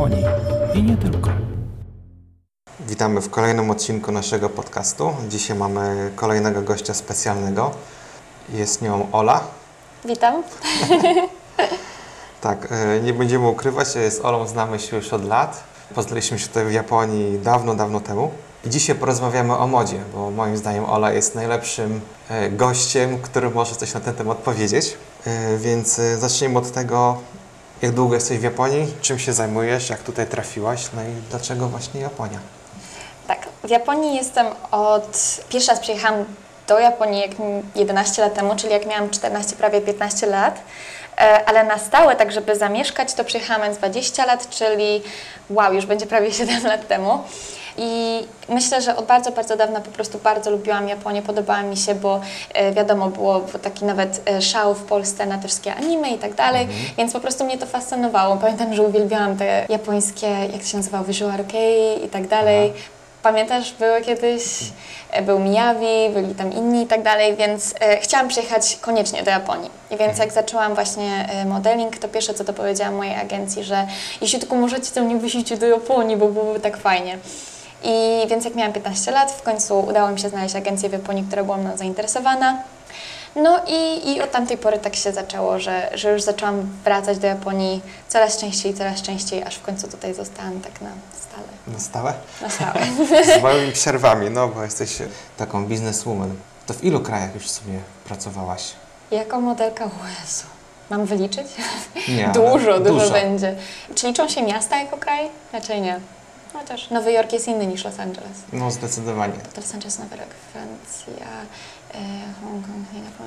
Japonii i nie tylko. Witamy w kolejnym odcinku naszego podcastu. Dzisiaj mamy kolejnego gościa specjalnego. Jest nią Ola. Witam. Tak, nie będziemy ukrywać, z Olą znamy się już od lat. Poznaliśmy się tutaj w Japonii dawno temu. I dzisiaj porozmawiamy o modzie, bo moim zdaniem Ola jest najlepszym gościem, który może coś na ten temat powiedzieć. Więc zacznijmy od tego, jak długo jesteś w Japonii, czym się zajmujesz, jak tutaj trafiłaś, no i dlaczego właśnie Japonia? Tak, w Japonii jestem Pierwszy raz przyjechałam do Japonii 11 lat temu, czyli jak miałam 14, prawie 15 lat. Ale na stałe, tak żeby zamieszkać, to przyjechałam 20 lat, czyli już będzie prawie 7 lat temu. I myślę, że od bardzo dawna po prostu bardzo lubiłam Japonię, podobała mi się, bo wiadomo, było taki nawet szał w Polsce na te wszystkie anime i tak dalej, więc po prostu mnie to fascynowało. Pamiętam, że uwielbiałam te japońskie, jak to się nazywało, visual kei i tak dalej. Pamiętasz, były kiedyś, był Miyavi, byli tam inni i tak dalej, więc chciałam przyjechać koniecznie do Japonii. I więc jak zaczęłam właśnie modeling, to pierwsze co to powiedziałam mojej agencji, że jeśli tylko możecie, to mnie wyślijcie do Japonii, bo byłoby tak fajnie. I więc jak miałam 15 lat, w końcu udało mi się znaleźć agencję w Japonii, która była mną zainteresowana. No i od tamtej pory tak się zaczęło, że już zaczęłam wracać do Japonii coraz częściej, aż w końcu tutaj zostałam tak na stale. Na stałe? Na stałe. Z małymi przerwami, no bo jesteś taką bizneswoman. To w ilu krajach już sobie pracowałaś? Jako modelka, Jezu, mam wyliczyć? Nie, Dużo będzie. Czy liczą się miasta jako kraj? Raczej nie. Chociaż Nowy Jork jest inny niż Los Angeles. No zdecydowanie. Los Angeles, Nowy Jork, Francja, Hongkong,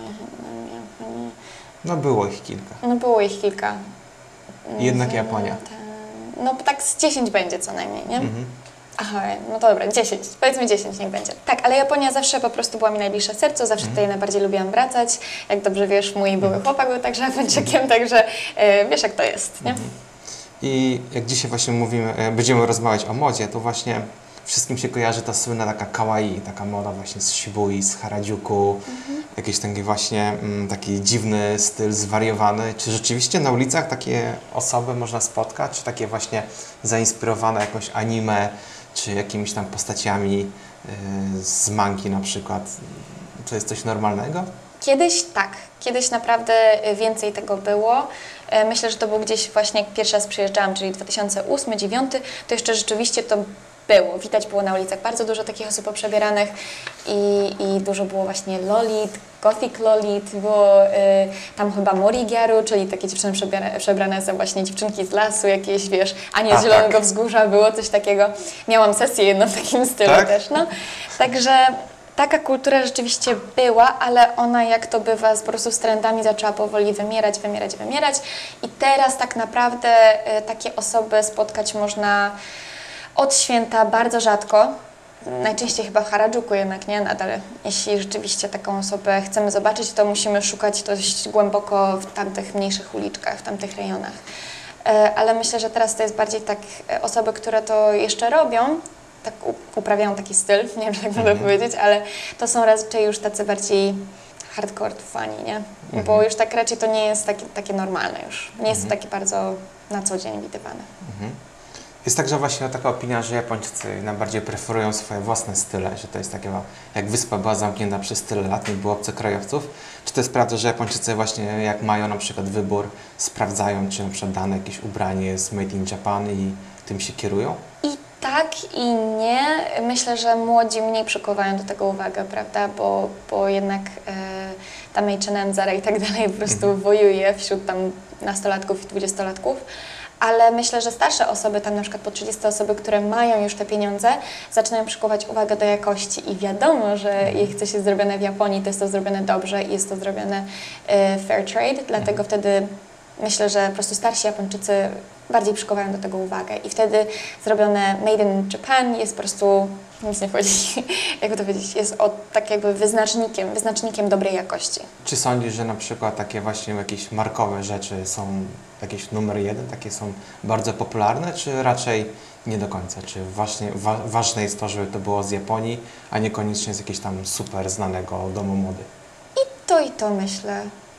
Japonia. No było ich kilka. No było ich kilka. Jednak Japonia. No tak z 10 będzie co najmniej, nie? Aha, no to dobra, 10. Powiedzmy 10 niech będzie. Tak, ale Japonia zawsze po prostu była mi najbliższa sercu, zawsze tutaj najbardziej lubiłam wracać. Jak dobrze wiesz, mój były chłopak był także Japończykiem, także wiesz jak to jest, nie? I jak dzisiaj właśnie będziemy rozmawiać o modzie, to właśnie wszystkim się kojarzy ta słynna taka kawaii, taka moda właśnie z Shibui, z Harajuku, jakiś taki właśnie taki dziwny styl, zwariowany. Czy rzeczywiście na ulicach takie osoby można spotkać, czy takie właśnie zainspirowane jakąś anime, czy jakimiś tam postaciami z mangi na przykład? To jest coś normalnego? Kiedyś tak. Kiedyś naprawdę więcej tego było. Myślę, że to był gdzieś właśnie jak pierwszy raz przyjeżdżałam, czyli 2008-2009, to jeszcze rzeczywiście to było. Widać było na ulicach bardzo dużo takich osób poprzebieranych i dużo było właśnie lolit, gothic lolit, było tam chyba morigiaru, czyli takie dziewczyny przebrane są właśnie dziewczynki z lasu, jakieś wiesz, Anie z Zielonego Wzgórza, było coś takiego. Miałam sesję jedną w takim stylu też, no. Także taka kultura rzeczywiście była, ale ona, jak to bywa, po prostu z trendami zaczęła powoli wymierać. I teraz tak naprawdę takie osoby spotkać można od święta bardzo rzadko. Najczęściej chyba w Harajuku jednak, nie? Nadal, jeśli rzeczywiście taką osobę chcemy zobaczyć, to musimy szukać dość głęboko w tamtych mniejszych uliczkach, w tamtych rejonach. Ale myślę, że teraz to jest bardziej tak osoby, które to jeszcze robią, tak uprawiają taki styl, nie wiem, jak mogę powiedzieć, ale to są raczej już tacy bardziej hardcore fani, nie? Bo już tak raczej to nie jest takie normalne już. Nie jest to takie bardzo na co dzień widywane. Jest także właśnie taka opinia, że Japończycy najbardziej preferują swoje własne style, że to jest takie, jak wyspa była zamknięta przez tyle lat, nie było obcokrajowców. Czy to jest prawda, że Japończycy właśnie jak mają na przykład wybór, sprawdzają, czy na przykład dane jakieś ubranie jest made in Japan i tym się kierują? I tak i nie. Myślę, że młodzi mniej przykuwają do tego uwagę, prawda, bo jednak tam H&M, Zara i tak dalej po prostu wojuje wśród tam nastolatków i 20-latków. Ale myślę, że starsze osoby, tam na przykład po 30 osoby, które mają już te pieniądze, zaczynają przykuwać uwagę do jakości i wiadomo, że jak coś jest zrobione w Japonii, to jest to zrobione dobrze i jest to zrobione fair trade, dlatego wtedy myślę, że po prostu starsi Japończycy bardziej przykuwają do tego uwagę i wtedy zrobione made in Japan jest po prostu, nic nie wchodzi, jakby to powiedzieć, jest tak jakby wyznacznikiem dobrej jakości. Czy sądzisz, że na przykład takie właśnie jakieś markowe rzeczy są jakieś numer jeden, takie są bardzo popularne, czy raczej nie do końca? Czy właśnie ważne jest to, żeby to było z Japonii, a niekoniecznie z jakiegoś tam super znanego domu mody? I to myślę.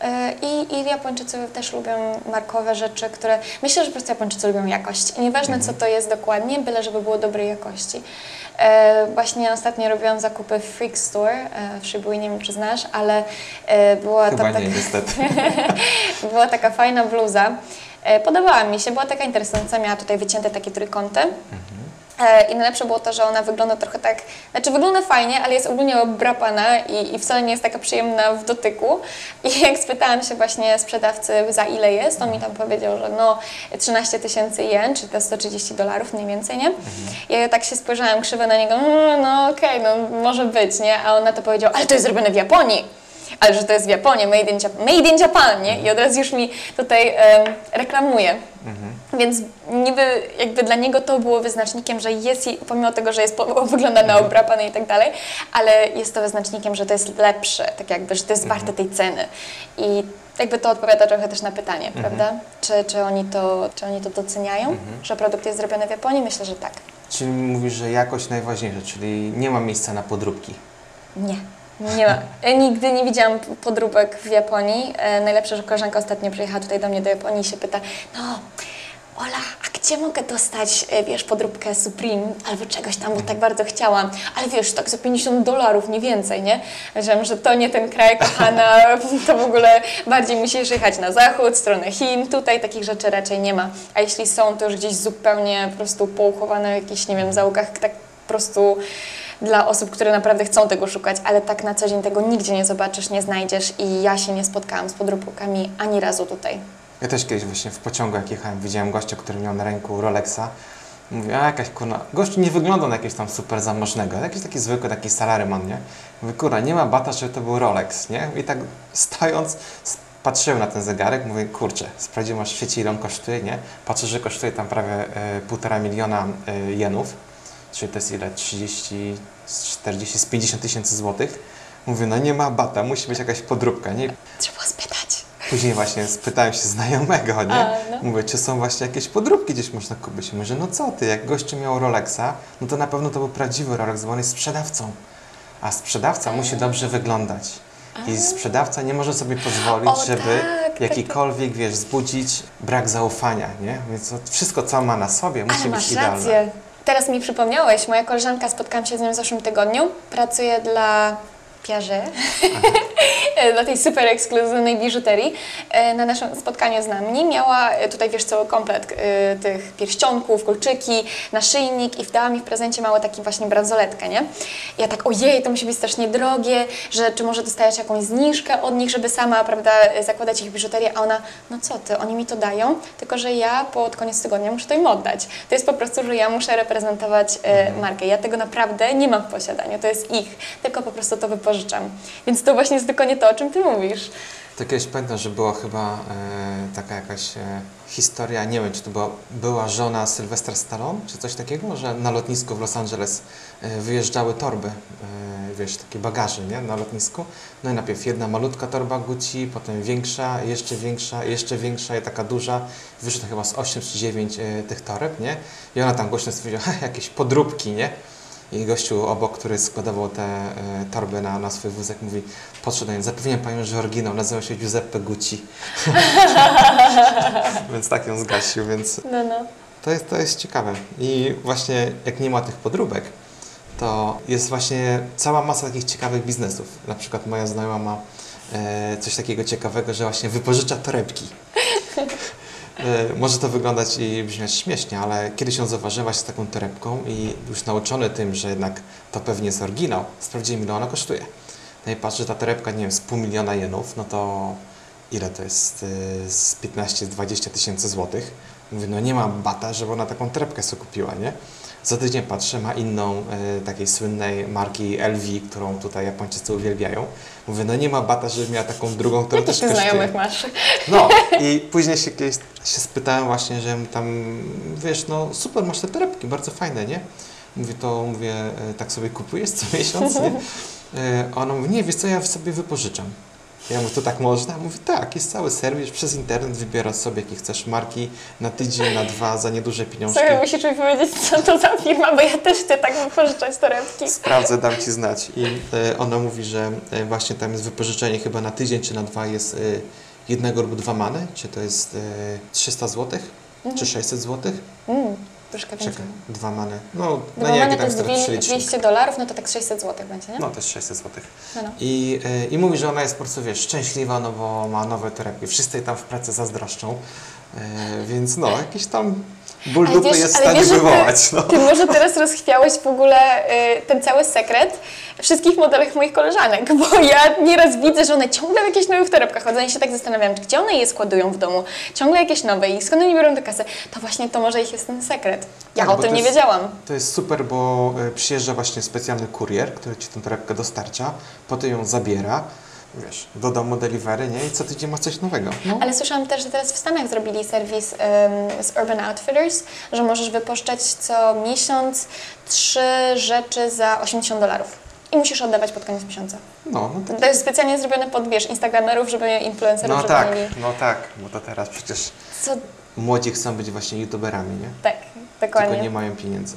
I Japończycy też lubią markowe rzeczy, które... Myślę, że po prostu Japończycy lubią jakość. I nieważne, co to jest dokładnie, byle żeby było dobrej jakości. Właśnie ostatnio robiłam zakupy w Freak Store w Shibui, nie wiem, czy znasz, ale była Chyba tam nie, niestety. była taka fajna bluza. Podobała mi się, była taka interesująca, miała tutaj wycięte takie trójkąty. I najlepsze było to, że ona wygląda trochę tak, znaczy wygląda fajnie, ale jest ogólnie obrapana i wcale nie jest taka przyjemna w dotyku. I jak spytałam się właśnie sprzedawcy, za ile jest, on mi tam powiedział, że no 13 000 jen, czyli to $130 mniej więcej, nie? Ja tak się spojrzałam krzywo na niego, no okej, no może być, nie? A on na to powiedział, ale to jest zrobione w Japonii. Ale że to jest w Japonii, made in Japan, nie? I od razu już mi tutaj reklamuje. Więc niby jakby dla niego to było wyznacznikiem, że jest, pomimo tego, że jest wygląda na obrapane i tak dalej, ale jest to wyznacznikiem, że to jest lepsze, tak jakby, że to jest warte tej ceny. I jakby to odpowiada trochę też na pytanie, prawda? Czy oni to doceniają, że produkt jest zrobiony w Japonii? Myślę, że tak. Czyli mówisz, że jakość najważniejsza, czyli nie ma miejsca na podróbki. Nie. Nie ma. Nigdy nie widziałam podróbek w Japonii. Najlepsze, że koleżanka ostatnio przyjechała tutaj do mnie do Japonii i się pyta, no Ola, a gdzie mogę dostać, wiesz, podróbkę Supreme albo czegoś tam, bo tak bardzo chciałam, ale wiesz, tak za $50, nie więcej, nie? Wiedziałam, że to nie ten kraj, kochana, to w ogóle bardziej musisz jechać na zachód, stronę Chin, tutaj takich rzeczy raczej nie ma. A jeśli są, to już gdzieś zupełnie po prostu pouchowane w jakichś, nie wiem, zaułkach, tak po prostu dla osób, które naprawdę chcą tego szukać, ale tak na co dzień tego nigdzie nie zobaczysz, nie znajdziesz i ja się nie spotkałam z podróbkami ani razu tutaj. Ja też kiedyś właśnie w pociągu, jak jechałem, widziałem gościa, który miał na ręku Rolexa. Mówię, a jakaś kurna, gościu nie wygląda na jakiegoś tam super zamożnego, jakiś taki zwykły, taki salaryman, nie? Mówię, kurna, nie ma bata, żeby to był Rolex, nie? I tak stojąc, patrzyłem na ten zegarek, mówię, kurczę, sprawdziłem, aż w sieci ile on kosztuje, nie? Patrzę, że kosztuje tam prawie 1,5 miliona jenów, czyli to jest ile? 30, 40, z 50 tysięcy złotych. Mówię, no nie ma bata, musi być jakaś podróbka, nie? Trzeba spytać. Później właśnie spytałem się znajomego, nie? No. Mówię, czy są właśnie jakieś podróbki gdzieś można kupić? Mówię, że no co ty, jak gościu miał Rolexa, no to na pewno to był prawdziwy Rolex, bo on jest sprzedawcą. A sprzedawca musi dobrze wyglądać. I sprzedawca nie może sobie pozwolić, żeby jakikolwiek, wiesz, wzbudzić brak zaufania, nie? Więc to wszystko, co ma na sobie, musi być masz idealne. rację. Teraz mi przypomniałeś, moja koleżanka, spotkałam się z nią w zeszłym tygodniu, pracuje dla Piaget, dla tej super ekskluzywnej biżuterii. Na naszym spotkaniu z nami miała tutaj, wiesz, cały komplet tych pierścionków, kolczyki, naszyjnik i dała mi w prezencie małą taki właśnie bransoletkę, nie? I ja tak, ojej, to musi być strasznie drogie, że czy może dostajesz jakąś zniżkę od nich, żeby sama, prawda, zakładać ich biżuterię, a ona, no co ty, oni mi to dają, tylko że ja pod koniec tygodnia muszę to im oddać. To jest po prostu, że ja muszę reprezentować markę. Ja tego naprawdę nie mam w posiadaniu, to jest ich, tylko po prostu to wypożyczam. Więc to właśnie jest dokładnie to, o czym ty mówisz. To kiedyś pamiętam, że była chyba taka jakaś historia, nie wiem, czy to była żona Sylwestra Stallone, czy coś takiego, że na lotnisku w Los Angeles wyjeżdżały torby, wiesz, takie bagaże, nie, na lotnisku. No i najpierw jedna malutka torba Gucci, potem większa, jeszcze większa i taka duża. Wyszło chyba z 8 czy 9 tych toreb, nie? I ona tam głośno stwierdziła, jakieś podróbki, nie? I gościu obok, który składował te torby na swój wózek, mówi, podszedł do niej, zapewniam Panią, że oryginał nazywa się Giuseppe Gucci. Więc tak ją zgasił, więc No. to jest ciekawe. I właśnie jak nie ma tych podróbek, to jest właśnie cała masa takich ciekawych biznesów. Na przykład moja znajoma ma coś takiego ciekawego, że właśnie wypożycza torebki. Może to wyglądać i brzmieć śmiesznie, ale kiedyś ją zauważyła się z taką torebką i już nauczony tym, że jednak to pewnie jest oryginał, sprawdziłem, ile ona kosztuje. No i patrzę, że ta torebka, nie wiem, z 500 000 jenów, no to ile to jest? Z 15-20 tysięcy złotych. Mówię, no nie ma bata, żeby ona taką torebkę sobie kupiła, nie? Za tydzień patrzę, ma inną, takiej słynnej marki LV, którą tutaj Japończycy uwielbiają. Mówię, no nie ma bata, żeby miała taką drugą, którą też kosztuje. Znajomych masz. No i później się kiedyś się spytałem właśnie, że tam, wiesz, no super, masz te torebki, bardzo fajne, nie? Mówię, tak sobie kupujesz co miesiąc, nie? A ona mówi, nie, wiesz co, ja sobie wypożyczam. Ja mówię, to tak można? Mówi, tak, jest cały serwis, przez internet wybierasz sobie, jakie chcesz marki, na tydzień, na 2, za nieduże pieniążki. Sobie musisz mi powiedzieć, co to za firma, bo ja też chcę tak wypożyczać torebki. Sprawdzę, dam Ci znać. I ona mówi, że właśnie tam jest wypożyczenie chyba na tydzień czy na 2 jest jednego lub 2 many, czy to jest 300 zł, czy 600 zł. Troszkę więcej. Czekaj, 2 many. No, Bo nie, jakie mamy to tam jest jest teraz $200, no to tak 600 zł będzie, nie? No, to jest 600 zł. No. I mówi, że ona jest po prostu, wiesz, szczęśliwa, no bo ma nowe torebki. Wszyscy jej tam w pracy zazdroszczą. Więc no, jakiś tam ból dupy jest w stanie wywołać. No. Ty może teraz rozchwiałeś w ogóle ten cały sekret wszystkich modelek moich koleżanek, bo ja nieraz widzę, że one ciągle w jakichś nowych torebkach chodzą i się tak zastanawiam, gdzie one je składują w domu, ciągle jakieś nowe i skąd oni biorą tę kasę. To właśnie to może ich jest ten sekret. Ja Tak, o tym nie wiedziałam. To jest super, bo przyjeżdża właśnie specjalny kurier, który Ci tę torebkę dostarcza, potem ją zabiera, wiesz, do domu delivery, nie? I co tydzień ma coś nowego. No. Ale słyszałam też, że teraz w Stanach zrobili serwis z Urban Outfitters, że możesz wypuszczać co miesiąc 3 rzeczy za $80. I musisz oddawać pod koniec miesiąca. To jest specjalnie zrobione pod, wiesz, instagramerów, żeby influencerów, żeby mieli... No tak, bo to teraz przecież Co? młodzi chcą być właśnie youtuberami, nie? Tak, dokładnie. Tylko nie mają pieniędzy.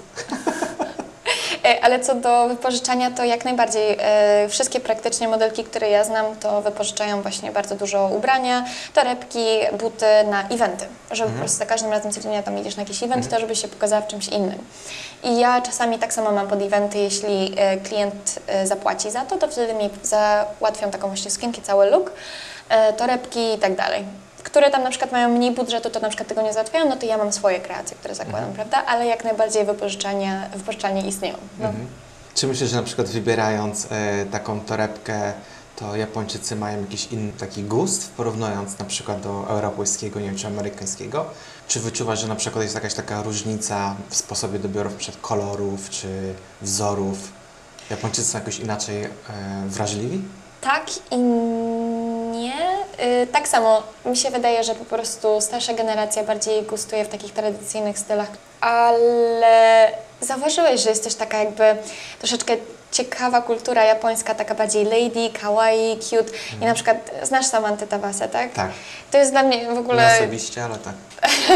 Ale co do wypożyczania, to jak najbardziej wszystkie praktycznie modelki, które ja znam, to wypożyczają właśnie bardzo dużo ubrania, torebki, buty na eventy, żeby po prostu za każdym razem, co dnia tam idziesz na jakiś event, to żeby się pokazała w czymś innym. I ja czasami tak samo mam pod eventy, jeśli klient zapłaci za to, to wtedy mi załatwią taką właśnie sukienkę, cały look, torebki i tak dalej. Które tam na przykład mają mniej budżetu, to na przykład tego nie załatwiają, no to ja mam swoje kreacje, które zakładam, prawda? Ale jak najbardziej wypożyczalnie istnieją. No. Czy myślisz, że na przykład wybierając taką torebkę, to Japończycy mają jakiś inny taki gust, porównując na przykład do europejskiego, nie wiem, czy amerykańskiego? Czy wyczuwasz, że na przykład jest jakaś taka różnica w sposobie doboru na przykład kolorów czy wzorów? Japończycy są jakoś inaczej wrażliwi? Tak i nie. Tak samo mi się wydaje, że po prostu starsza generacja bardziej gustuje w takich tradycyjnych stylach, ale zauważyłeś, że jest też taka jakby troszeczkę ciekawa kultura japońska, taka bardziej lady, kawaii, cute i na przykład znasz Samantę Tawasę, tak? Tak. To jest dla mnie w ogóle... Nie osobiście, ale tak.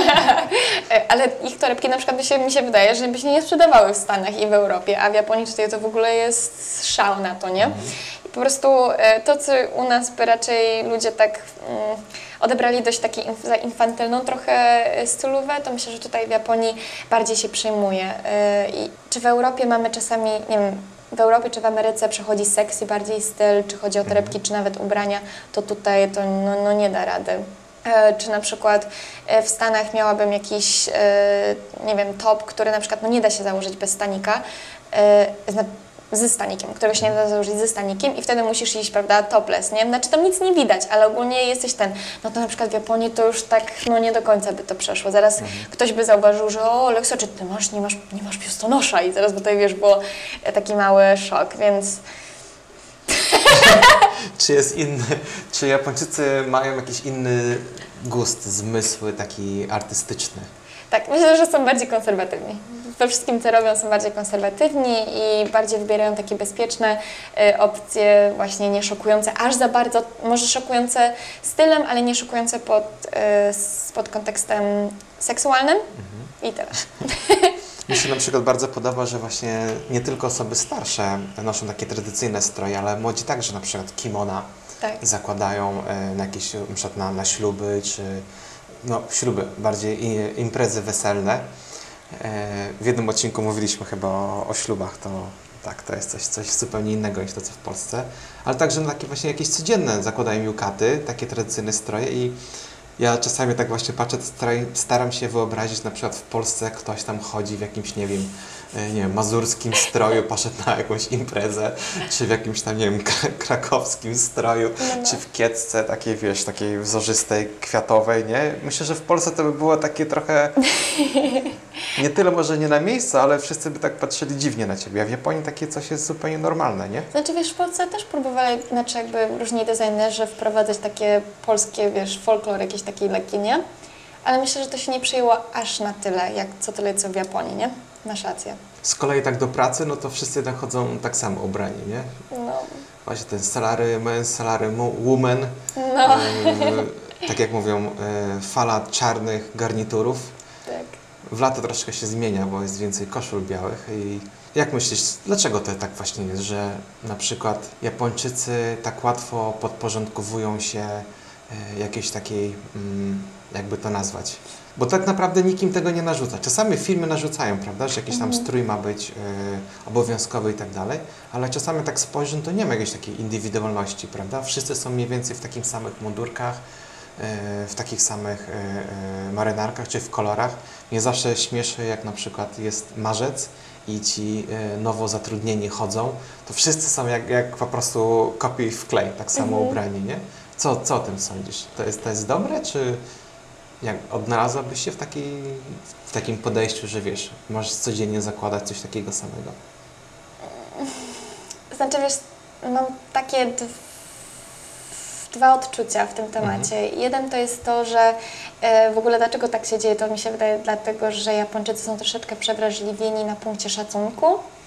Ale ich torebki na przykład mi się wydaje, że by się nie sprzedawały w Stanach i w Europie, a w Japonii tutaj to w ogóle jest szał na to, nie? I po prostu to, co u nas by raczej ludzie tak odebrali dość taki za infantylną trochę stylówę, to myślę, że tutaj w Japonii bardziej się przyjmuje. I czy w Europie mamy czasami, nie wiem, w Europie czy w Ameryce przechodzi sexy bardziej styl, czy chodzi o torebki, czy nawet ubrania, to tutaj to no nie da rady. Czy na przykład w Stanach miałabym jakiś, nie wiem, top, który na przykład nie da się założyć bez stanika, ze stanikiem, którego się nie da założyć ze stanikiem i wtedy musisz iść, prawda, topless, nie? Znaczy tam nic nie widać, ale ogólnie jesteś no to na przykład w Japonii to już tak, nie do końca by to przeszło. Zaraz ktoś by zauważył, że o, Leksa, czy ty nie masz biustonosza i zaraz by tutaj, wiesz, było taki mały szok, więc... Czy Japończycy mają jakiś inny gust, zmysły taki artystyczny? Tak, myślę, że są bardziej konserwatywni. We wszystkim, co robią, są bardziej konserwatywni i bardziej wybierają takie bezpieczne opcje, właśnie nie szokujące aż za bardzo, może szokujące stylem, ale nie szokujące pod kontekstem seksualnym i tyle. Mi się na przykład bardzo podoba, że właśnie nie tylko osoby starsze noszą takie tradycyjne stroje, ale młodzi także na przykład kimona zakładają na jakieś, na przykład na śluby, czy śluby, bardziej imprezy weselne. W jednym odcinku mówiliśmy chyba o ślubach, to tak, to jest coś zupełnie innego niż to, co w Polsce. Ale także takie właśnie jakieś codzienne zakładają jukaty, takie tradycyjne stroje i ja czasami tak właśnie patrzę, staram się wyobrazić, na przykład w Polsce ktoś tam chodzi w jakimś, nie wiem, mazurskim stroju, poszedł na jakąś imprezę, czy w jakimś tam, nie wiem, krakowskim stroju, czy w kiecce takiej, wiesz, takiej wzorzystej, kwiatowej, nie? Myślę, że w Polsce to by było takie trochę, nie tyle może nie na miejscu, ale wszyscy by tak patrzyli dziwnie na Ciebie, a w Japonii takie coś jest zupełnie normalne, nie? Znaczy, wiesz, w Polsce też próbowali, jakby różni designerzy wprowadzać takie polskie, wiesz, folklor jakiś taki lekki, nie? Ale myślę, że to się nie przyjęło aż na tyle, co w Japonii, nie? Masz rację. Z kolei tak do pracy, no to wszyscy jednak chodzą tak samo ubrani, nie? No. Właśnie ten salary men, salary woman, No. tak jak mówią, fala czarnych garniturów. Tak. W lato troszkę się zmienia, bo jest więcej koszul białych. I jak myślisz, dlaczego to tak właśnie jest, że na przykład Japończycy tak łatwo podporządkowują się jakiejś takiej, jakby to nazwać? Bo tak naprawdę nikim tego nie narzuca. Czasami filmy narzucają, prawda, że jakiś tam strój ma być obowiązkowy i tak dalej, ale czasami tak spojrzę, to nie ma jakiejś takiej indywidualności, prawda? Wszyscy są mniej więcej w takich samych mundurkach, w takich samych marynarkach czy w kolorach. Mnie zawsze śmieszy, jak na przykład jest marzec i ci nowo zatrudnieni chodzą, to wszyscy są jak po prostu kopiuj w klej, tak samo ubrani, nie? Co o tym sądzisz? To jest dobre, czy jak odnalazłabyś się w takim podejściu, że wiesz, możesz codziennie zakładać coś takiego samego? Znaczy, wiesz, mam takie dwa odczucia w tym temacie. Jeden to jest to, że w ogóle dlaczego tak się dzieje, to mi się wydaje dlatego, że Japończycy są troszeczkę przewrażliwieni na punkcie szacunku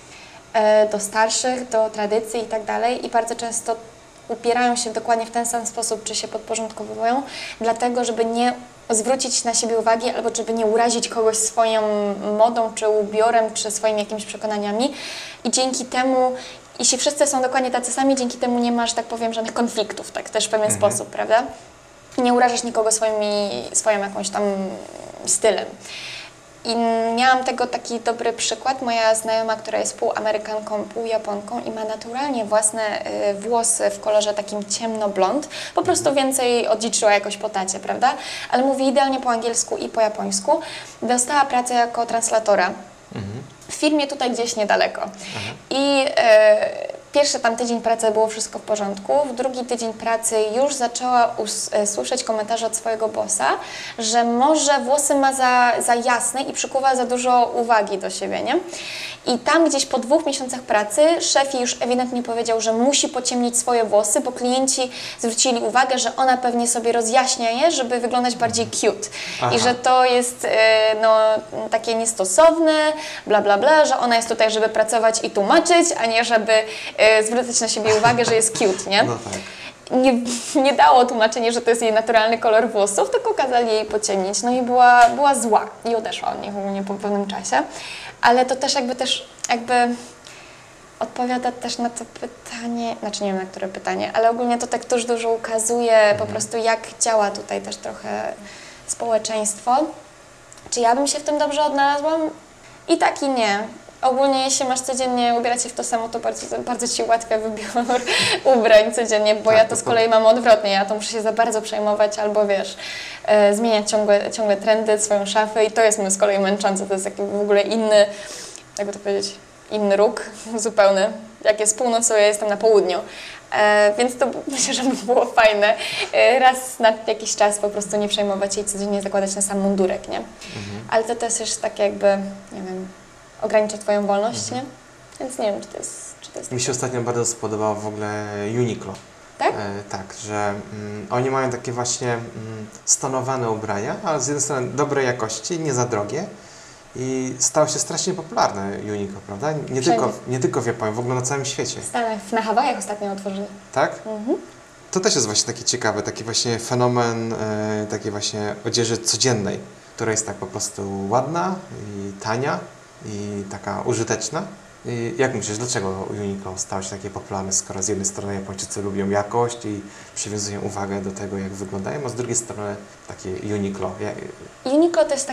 do starszych, do tradycji i tak dalej i bardzo często upierają się dokładnie w ten sam sposób, czy się podporządkowują, dlatego, żeby nie zwrócić na siebie uwagi albo żeby nie urazić kogoś swoją modą, czy ubiorem, czy swoimi jakimiś przekonaniami i dzięki temu, jeśli wszyscy są dokładnie tacy sami, dzięki temu nie masz, tak powiem, żadnych konfliktów, tak też w pewien sposób, prawda? Nie urażasz nikogo swoim jakąś tam stylem. I miałam tego taki dobry przykład. Moja znajoma, która jest pół Amerykanką, pół Japonką i ma naturalnie własne włosy w kolorze takim ciemnoblond. Po prostu więcej odziedziczyła jakoś po tacie, prawda? Ale mówi idealnie po angielsku i po japońsku. Dostała pracę jako translatora w firmie tutaj gdzieś niedaleko. I pierwszy tam tydzień pracy było wszystko w porządku, w drugi tydzień pracy już zaczęła słyszeć komentarze od swojego bossa, że może włosy ma za jasne i przykuwa za dużo uwagi do siebie, nie? I tam gdzieś po 2 miesiącach pracy szef jej już ewidentnie powiedział, że musi pociemnić swoje włosy, bo klienci zwrócili uwagę, że ona pewnie sobie rozjaśnia je, żeby wyglądać bardziej cute. I że to jest no, takie niestosowne, bla bla bla, że ona jest tutaj, żeby pracować i tłumaczyć, a nie żeby zwracać na siebie uwagę, że jest cute, nie? No tak. Nie dało tłumaczenia, że to jest jej naturalny kolor włosów, tylko kazali jej pociemnić. No i była zła i odeszła od nich ogólnie po pewnym czasie. Ale to też jakby odpowiada też na to pytanie, znaczy nie wiem na które pytanie, ale ogólnie to tak też dużo ukazuje po prostu jak działa tutaj też trochę społeczeństwo. Czy ja bym się w tym dobrze odnalazłam? I tak i nie. Ogólnie jeśli masz codziennie ubierać się w to samo, to bardzo Ci ułatwia wybór ubrań codziennie, bo Tak, ja to z kolei mam odwrotnie, ja to muszę się za bardzo przejmować albo wiesz, zmieniać ciągle trendy, swoją szafę i to jest mi z kolei męczące, to jest taki w ogóle inny, jakby to powiedzieć, inny róg zupełny. Jak jest północ, to ja jestem na południu. Więc to myślę, że by było fajne raz na jakiś czas po prostu nie przejmować się i codziennie zakładać na sam mundurek, nie? Ale to też jest tak jakby, nie wiem, ogranicza Twoją wolność, nie? Więc nie wiem, czy to jest... Mi się ostatnio bardzo spodobało w ogóle Uniqlo. Tak? Tak, że oni mają takie właśnie stonowane ubrania, ale z jednej strony dobrej jakości, nie za drogie i stało się strasznie popularne Uniqlo, prawda? Nie tylko w Japonii, w ogóle na całym świecie. W Stanach, na Hawajach ostatnio otworzyli. Tak? To też jest właśnie taki ciekawy, taki właśnie fenomen takiej właśnie odzieży codziennej, która jest tak po prostu ładna i tania i taka użyteczna. I jak myślisz, dlaczego Uniqlo stało się takie popularne, skoro z jednej strony Japończycy lubią jakość i przywiązują uwagę do tego, jak wyglądają, a z drugiej strony takie Uniqlo? Uniqlo to jest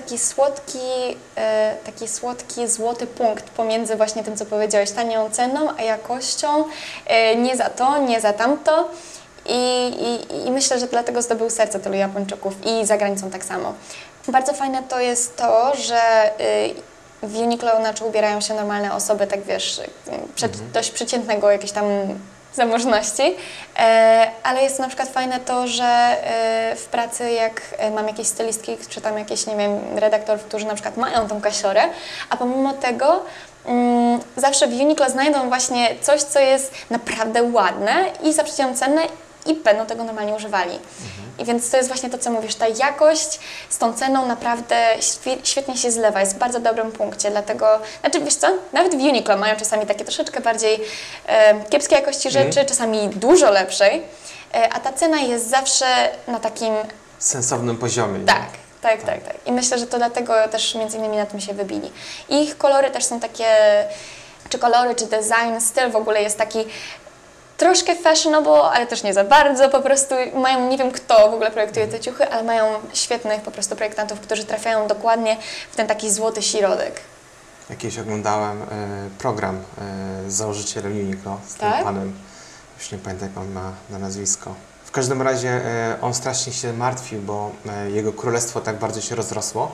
taki słodki, złoty punkt pomiędzy właśnie tym, co powiedziałeś, tanią ceną, a jakością. Nie za to, nie za tamto. I myślę, że dlatego zdobył serce tylu Japończyków i za granicą tak samo. Bardzo fajne to jest to, że w Uniqlo ubierają się normalne osoby, tak wiesz, dość przeciętnego jakiejś tam zamożności, ale jest na przykład fajne to, że w pracy jak mam jakieś stylistki, czy tam jakieś, nie wiem, redaktorów, którzy na przykład mają tą kasiorę, a pomimo tego zawsze w Uniqlo znajdą właśnie coś, co jest naprawdę ładne i za przeciętną cenę i będą tego normalnie używali. I więc to jest właśnie to, co mówisz, ta jakość z tą ceną naprawdę świetnie się zlewa, jest w bardzo dobrym punkcie, dlatego, znaczy wiesz co, nawet w Uniqlo mają czasami takie troszeczkę bardziej kiepskiej jakości rzeczy, czasami dużo lepszej, a ta cena jest zawsze na takim Sensownym poziomie. tak. I myślę, że to dlatego też między innymi na tym się wybili. I ich kolory też są takie, czy kolory, czy design, styl w ogóle jest taki troszkę fashionable, ale też nie za bardzo. Po prostu mają, nie wiem kto w ogóle projektuje te ciuchy, ale mają świetnych po prostu projektantów, którzy trafiają dokładnie w ten taki złoty środek. Jakiś oglądałem program z założycielem Uniqlo, z tym Tak? panem, już nie pamiętam jak on ma na nazwisko. W każdym razie on strasznie się martwił, bo jego królestwo tak bardzo się rozrosło,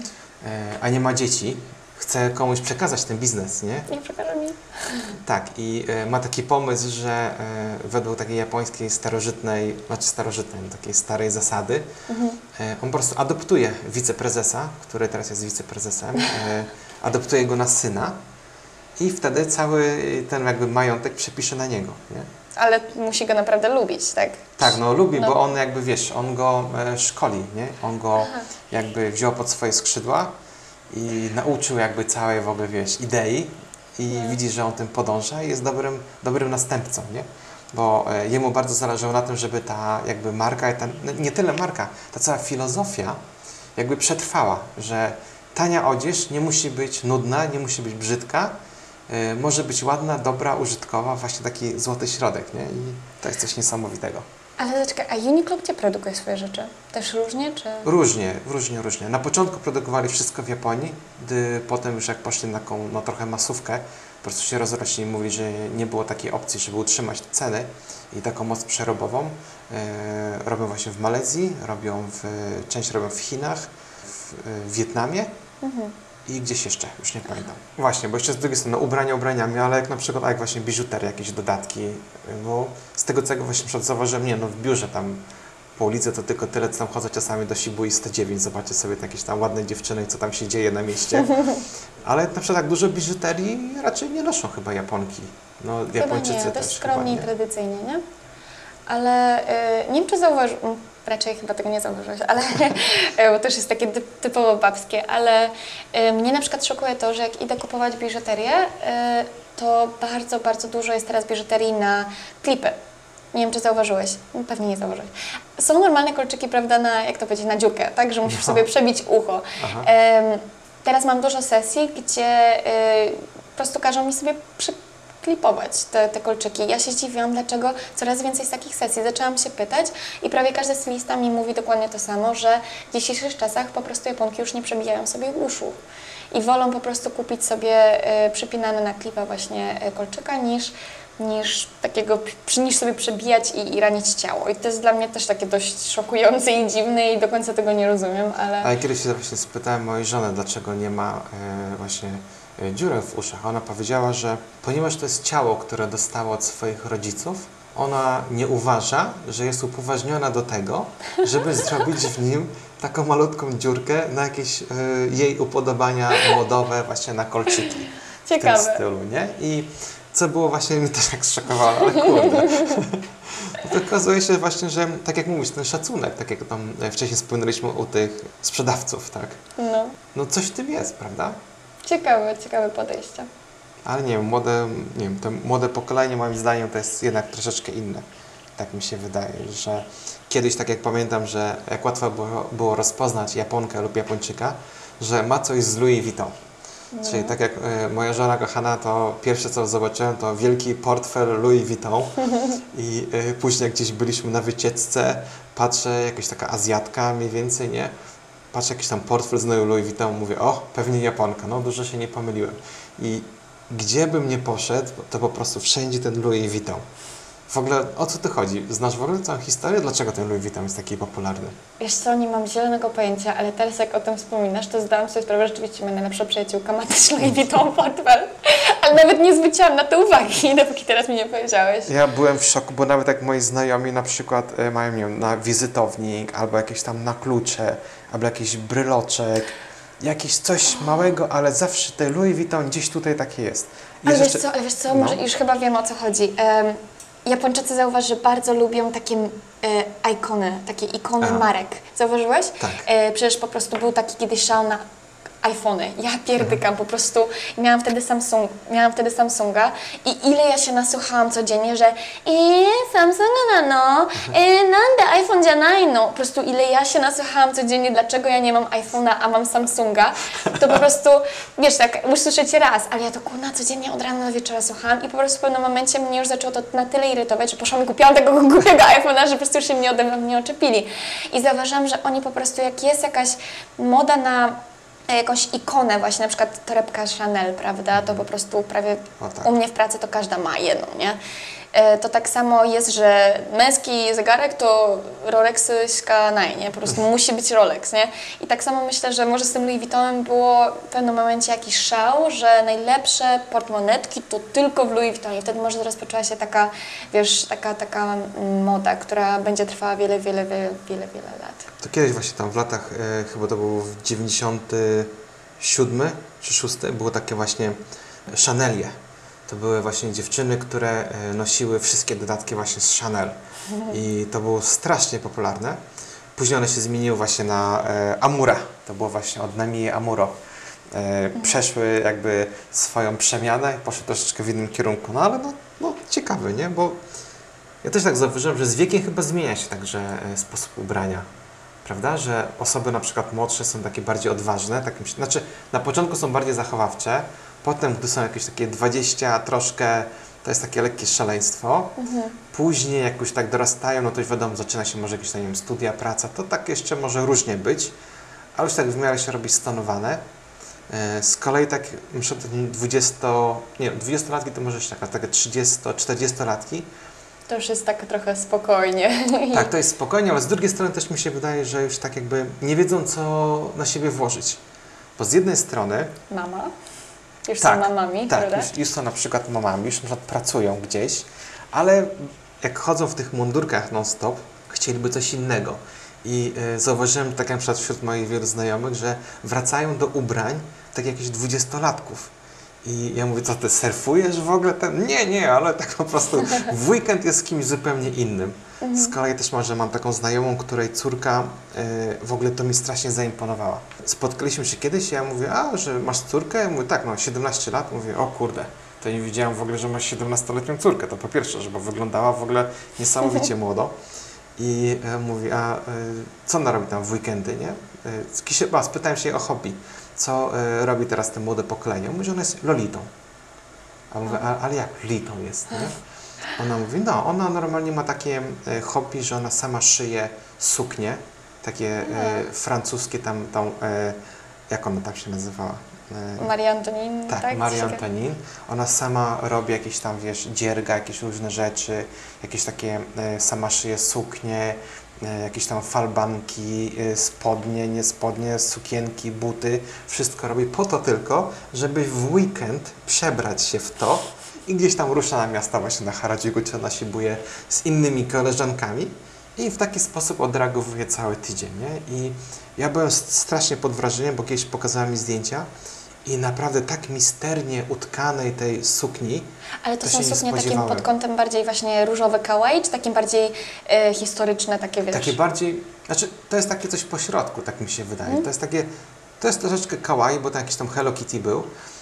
a nie ma dzieci. Chce komuś przekazać ten biznes, nie? Nie przekażę mi. Tak, i ma taki pomysł, że według takiej japońskiej starożytnej, takiej starej zasady, on po prostu adoptuje wiceprezesa, który teraz jest wiceprezesem, adoptuje go na syna i wtedy cały ten jakby majątek przepisze na niego, nie? Ale musi go naprawdę lubić, tak? Tak, no lubi, No. bo on jakby, wiesz, on go szkoli, nie? On go jakby wziął pod swoje skrzydła i nauczył jakby całej w ogóle, wiesz, idei i widzi, że on tym podąża i jest dobrym następcą, nie? Bo jemu bardzo zależało na tym, żeby ta jakby marka, no, nie tyle marka, ta cała filozofia jakby przetrwała, że tania odzież nie musi być nudna, nie musi być brzydka, może być ładna, dobra, użytkowa, właśnie taki złoty środek, nie? I to jest coś niesamowitego. Ale zaczekaj, a Uniqlo gdzie produkuje swoje rzeczy? Też różnie, czy? Różnie. Na początku produkowali wszystko w Japonii, gdy potem już jak poszli na taką no, trochę masówkę, po prostu się rozrośli i mówili, że nie było takiej opcji, żeby utrzymać te ceny i taką moc przerobową. Robią właśnie w Malezji, część robią w Chinach, w Wietnamie i gdzieś jeszcze, już nie pamiętam. Właśnie, bo jeszcze z drugiej strony ubrania ubraniami, ale jak na przykład jak właśnie biżuteria, jakieś dodatki, bo z tego co właśnie zauważyłem, nie no w biurze tam po ulicy to tylko tyle, co tam chodzę czasami do Shibui 109, zobaczcie sobie jakieś tam ładne dziewczyny, co tam się dzieje na mieście. Ale na przykład tak dużo biżuterii raczej nie noszą chyba Japonki. No Japończycy chyba nie, też dość skromnie i chyba nie. tradycyjnie, nie? Ale nie wiem, czy zauważyłeś, raczej chyba tego nie zauważyłeś, ale bo to już jest takie typowo babskie, ale mnie na przykład szokuje to, że jak idę kupować biżuterię, to bardzo, bardzo dużo jest teraz biżuterii na klipy. Nie wiem, czy zauważyłeś. Pewnie nie zauważyłeś. Są normalne kolczyki, prawda, na, jak to powiedzieć, na dziurkę, tak, że musisz sobie przebić ucho. Teraz mam dużo sesji, gdzie po prostu każą mi sobie klipować te kolczyki. Ja się zdziwiłam, dlaczego coraz więcej jest takich sesji. Zaczęłam się pytać i prawie każdy stylista mi mówi dokładnie to samo, że w dzisiejszych czasach po prostu Japonki już nie przebijają sobie uszu i wolą po prostu kupić sobie przypinane na klipa właśnie kolczyka niż sobie przebijać i ranić ciało. I to jest dla mnie też takie dość szokujące i dziwne i do końca tego nie rozumiem, ale... A ja kiedyś się właśnie spytałem mojej żony, dlaczego nie ma właśnie dziurę w uszach. Ona powiedziała, że ponieważ to jest ciało, które dostało od swoich rodziców, ona nie uważa, że jest upoważniona do tego, żeby zrobić w nim taką malutką dziurkę na jakieś jej upodobania modowe, właśnie na kolczyki. Ciekawe. W tym stylu, nie? I co było właśnie mnie też tak zszokowało, ale kurde. To okazuje się właśnie, że tak jak mówisz, ten szacunek, tak jak tam wcześniej wspominaliśmy u tych sprzedawców, tak? No coś w tym jest, prawda? Ciekawe podejście. Ale nie wiem, to młode pokolenie moim zdaniem to jest jednak troszeczkę inne. Tak mi się wydaje, że kiedyś, tak jak pamiętam, że jak łatwo było rozpoznać Japonkę lub Japończyka, że ma coś z Louis Vuitton. Czyli tak jak moja żona kochana, to pierwsze co zobaczyłem to wielki portfel Louis Vuitton i później jak gdzieś byliśmy na wycieczce, patrzę, jakaś taka Azjatka mniej więcej, nie? Patrzę jakiś tam portfel z Louis Vuitton, mówię, o, pewnie Japonka, no dużo się nie pomyliłem. I gdzie bym nie poszedł, to po prostu wszędzie ten Louis Vuitton. W ogóle o co tu chodzi? Znasz w ogóle całą historię? Dlaczego ten Louis Vuitton jest taki popularny? Wiesz co, nie mam zielonego pojęcia, ale teraz jak o tym wspominasz, to zdałam sobie sprawę, że rzeczywiście moja najlepsza przyjaciółka ma też Louis Vuitton portfel, ale nawet nie zwróciłam na to uwagi, dopóki teraz mi nie powiedziałeś. Ja byłem w szoku, bo nawet jak moi znajomi na przykład mają, nie wiem, na wizytownik, albo jakieś tam na klucze, albo jakiś bryloczek, jakieś coś małego, ale zawsze ten Louis Vuitton gdzieś tutaj takie jest. I Ale jeszcze... wiesz co, może już chyba wiem o co chodzi. Japończycy zauważ, że bardzo lubią takie ikony, takie ikony Aha. marek. Zauważyłeś? Tak. Przecież po prostu był taki kiedyś szał na iPhony. Ja pierdykam po prostu. Miałam wtedy Samsunga i ile ja się nasłuchałam codziennie, że Samsunga no, nande iPhone janai no. Po prostu ile ja się nasłuchałam codziennie, dlaczego ja nie mam iPhone'a, a mam Samsunga. To po prostu, wiesz, tak usłyszycie raz, ale ja to kurna codziennie od rana do wieczora słuchałam i po prostu w pewnym momencie mnie już zaczęło to na tyle irytować, że poszłam i kupiłam tego głupiego iPhone'a, że po prostu już się mnie ode mnie nie oczepili. I zauważyłam, że oni po prostu, jak jest jakaś moda na jakąś ikonę, właśnie na przykład torebka Chanel, prawda, to po prostu prawie O tak. u mnie w pracy to każda ma jedną, nie? To tak samo jest, że męski zegarek to Rolexyśka nie? Po prostu musi być Rolex, nie? I tak samo myślę, że może z tym Louis Vuittonem było w pewnym momencie jakiś szał, że najlepsze portmonetki to tylko w Louis Vuittonie. Wtedy może rozpoczęła się taka, wiesz, taka moda, która będzie trwała wiele lat. To kiedyś właśnie tam w latach, chyba to był w 97 czy 6, było takie właśnie Chanelie. To były właśnie dziewczyny, które nosiły wszystkie dodatki właśnie z Chanel. I to było strasznie popularne. Później one się zmieniły właśnie na Amura. To było właśnie od Namie Amuro. Przeszły jakby swoją przemianę i poszły troszeczkę w innym kierunku. No ale no ciekawe, nie? Bo ja też tak zauważyłem, że z wiekiem chyba zmienia się także sposób ubrania. Prawda? Że osoby na przykład młodsze są takie bardziej odważne, znaczy na początku są bardziej zachowawcze, potem gdy są jakieś takie 20 troszkę, to jest takie lekkie szaleństwo. Później jak już tak dorastają, no to już wiadomo, zaczyna się może jakieś, nie wiem, studia, praca, to tak jeszcze może różnie być, ale już tak w miarę się robi stonowane. Z kolei tak, myślę, 20-latki to może jeszcze takie 30-40-latki. To już jest tak trochę spokojnie. Tak, to jest spokojnie, ale z drugiej strony też mi się wydaje, że już tak jakby nie wiedzą, co na siebie włożyć. Bo z jednej strony... Mama? Już tak, są mamami, tak, prawda? już są na przykład mamami, już na przykład pracują gdzieś, ale jak chodzą w tych mundurkach non-stop, chcieliby coś innego. I zauważyłem tak na przykład wśród moich wielu znajomych, że wracają do ubrań tak jakichś 20-latków. I ja mówię, co ty surfujesz w ogóle? Nie, ale tak po prostu w weekend jest kimś zupełnie innym. Z kolei też może mam taką znajomą, której córka w ogóle to mi strasznie zaimponowała. Spotkaliśmy się kiedyś i ja mówię, że masz córkę? Ja mówię, tak, 17 lat. Mówię, o kurde, to nie widziałam w ogóle, że masz 17-letnią córkę. To po pierwsze, żeby wyglądała w ogóle niesamowicie młodo. I mówi, co ona robi tam w weekendy, nie? Spytałem się jej o hobby. Co robi teraz te młode pokolenie? Mówi, że ona jest lolitą. A mówię, ale jak lolitą jest, nie? Ona mówi, ona normalnie ma takie hobby, że ona sama szyje suknie, takie francuskie jak ona tam się nazywała? Marie Antonin, tak? Marie Antonin. Ona sama robi jakieś tam, wiesz, dzierga, jakieś różne rzeczy, jakieś takie, sama szyje suknie, jakieś tam falbanki, spodnie, nie spodnie, sukienki, buty. Wszystko robi po to tylko, żeby w weekend przebrać się w to i gdzieś tam rusza na miasto właśnie na Harajuku, czy na Shibuje z innymi koleżankami i w taki sposób odreagowuje cały tydzień, nie? I ja byłem strasznie pod wrażeniem, bo kiedyś pokazała mi zdjęcia i naprawdę tak misternie utkanej tej sukni. Ale to są się nie suknie takim spodziewałem. pod kątem bardziej właśnie różowe kawaii, czy takim bardziej historyczne, takie wiesz? Takie bardziej, znaczy to jest takie coś pośrodku, tak mi się wydaje. To jest troszeczkę kawaii, bo tam jakiś tam Hello Kitty był,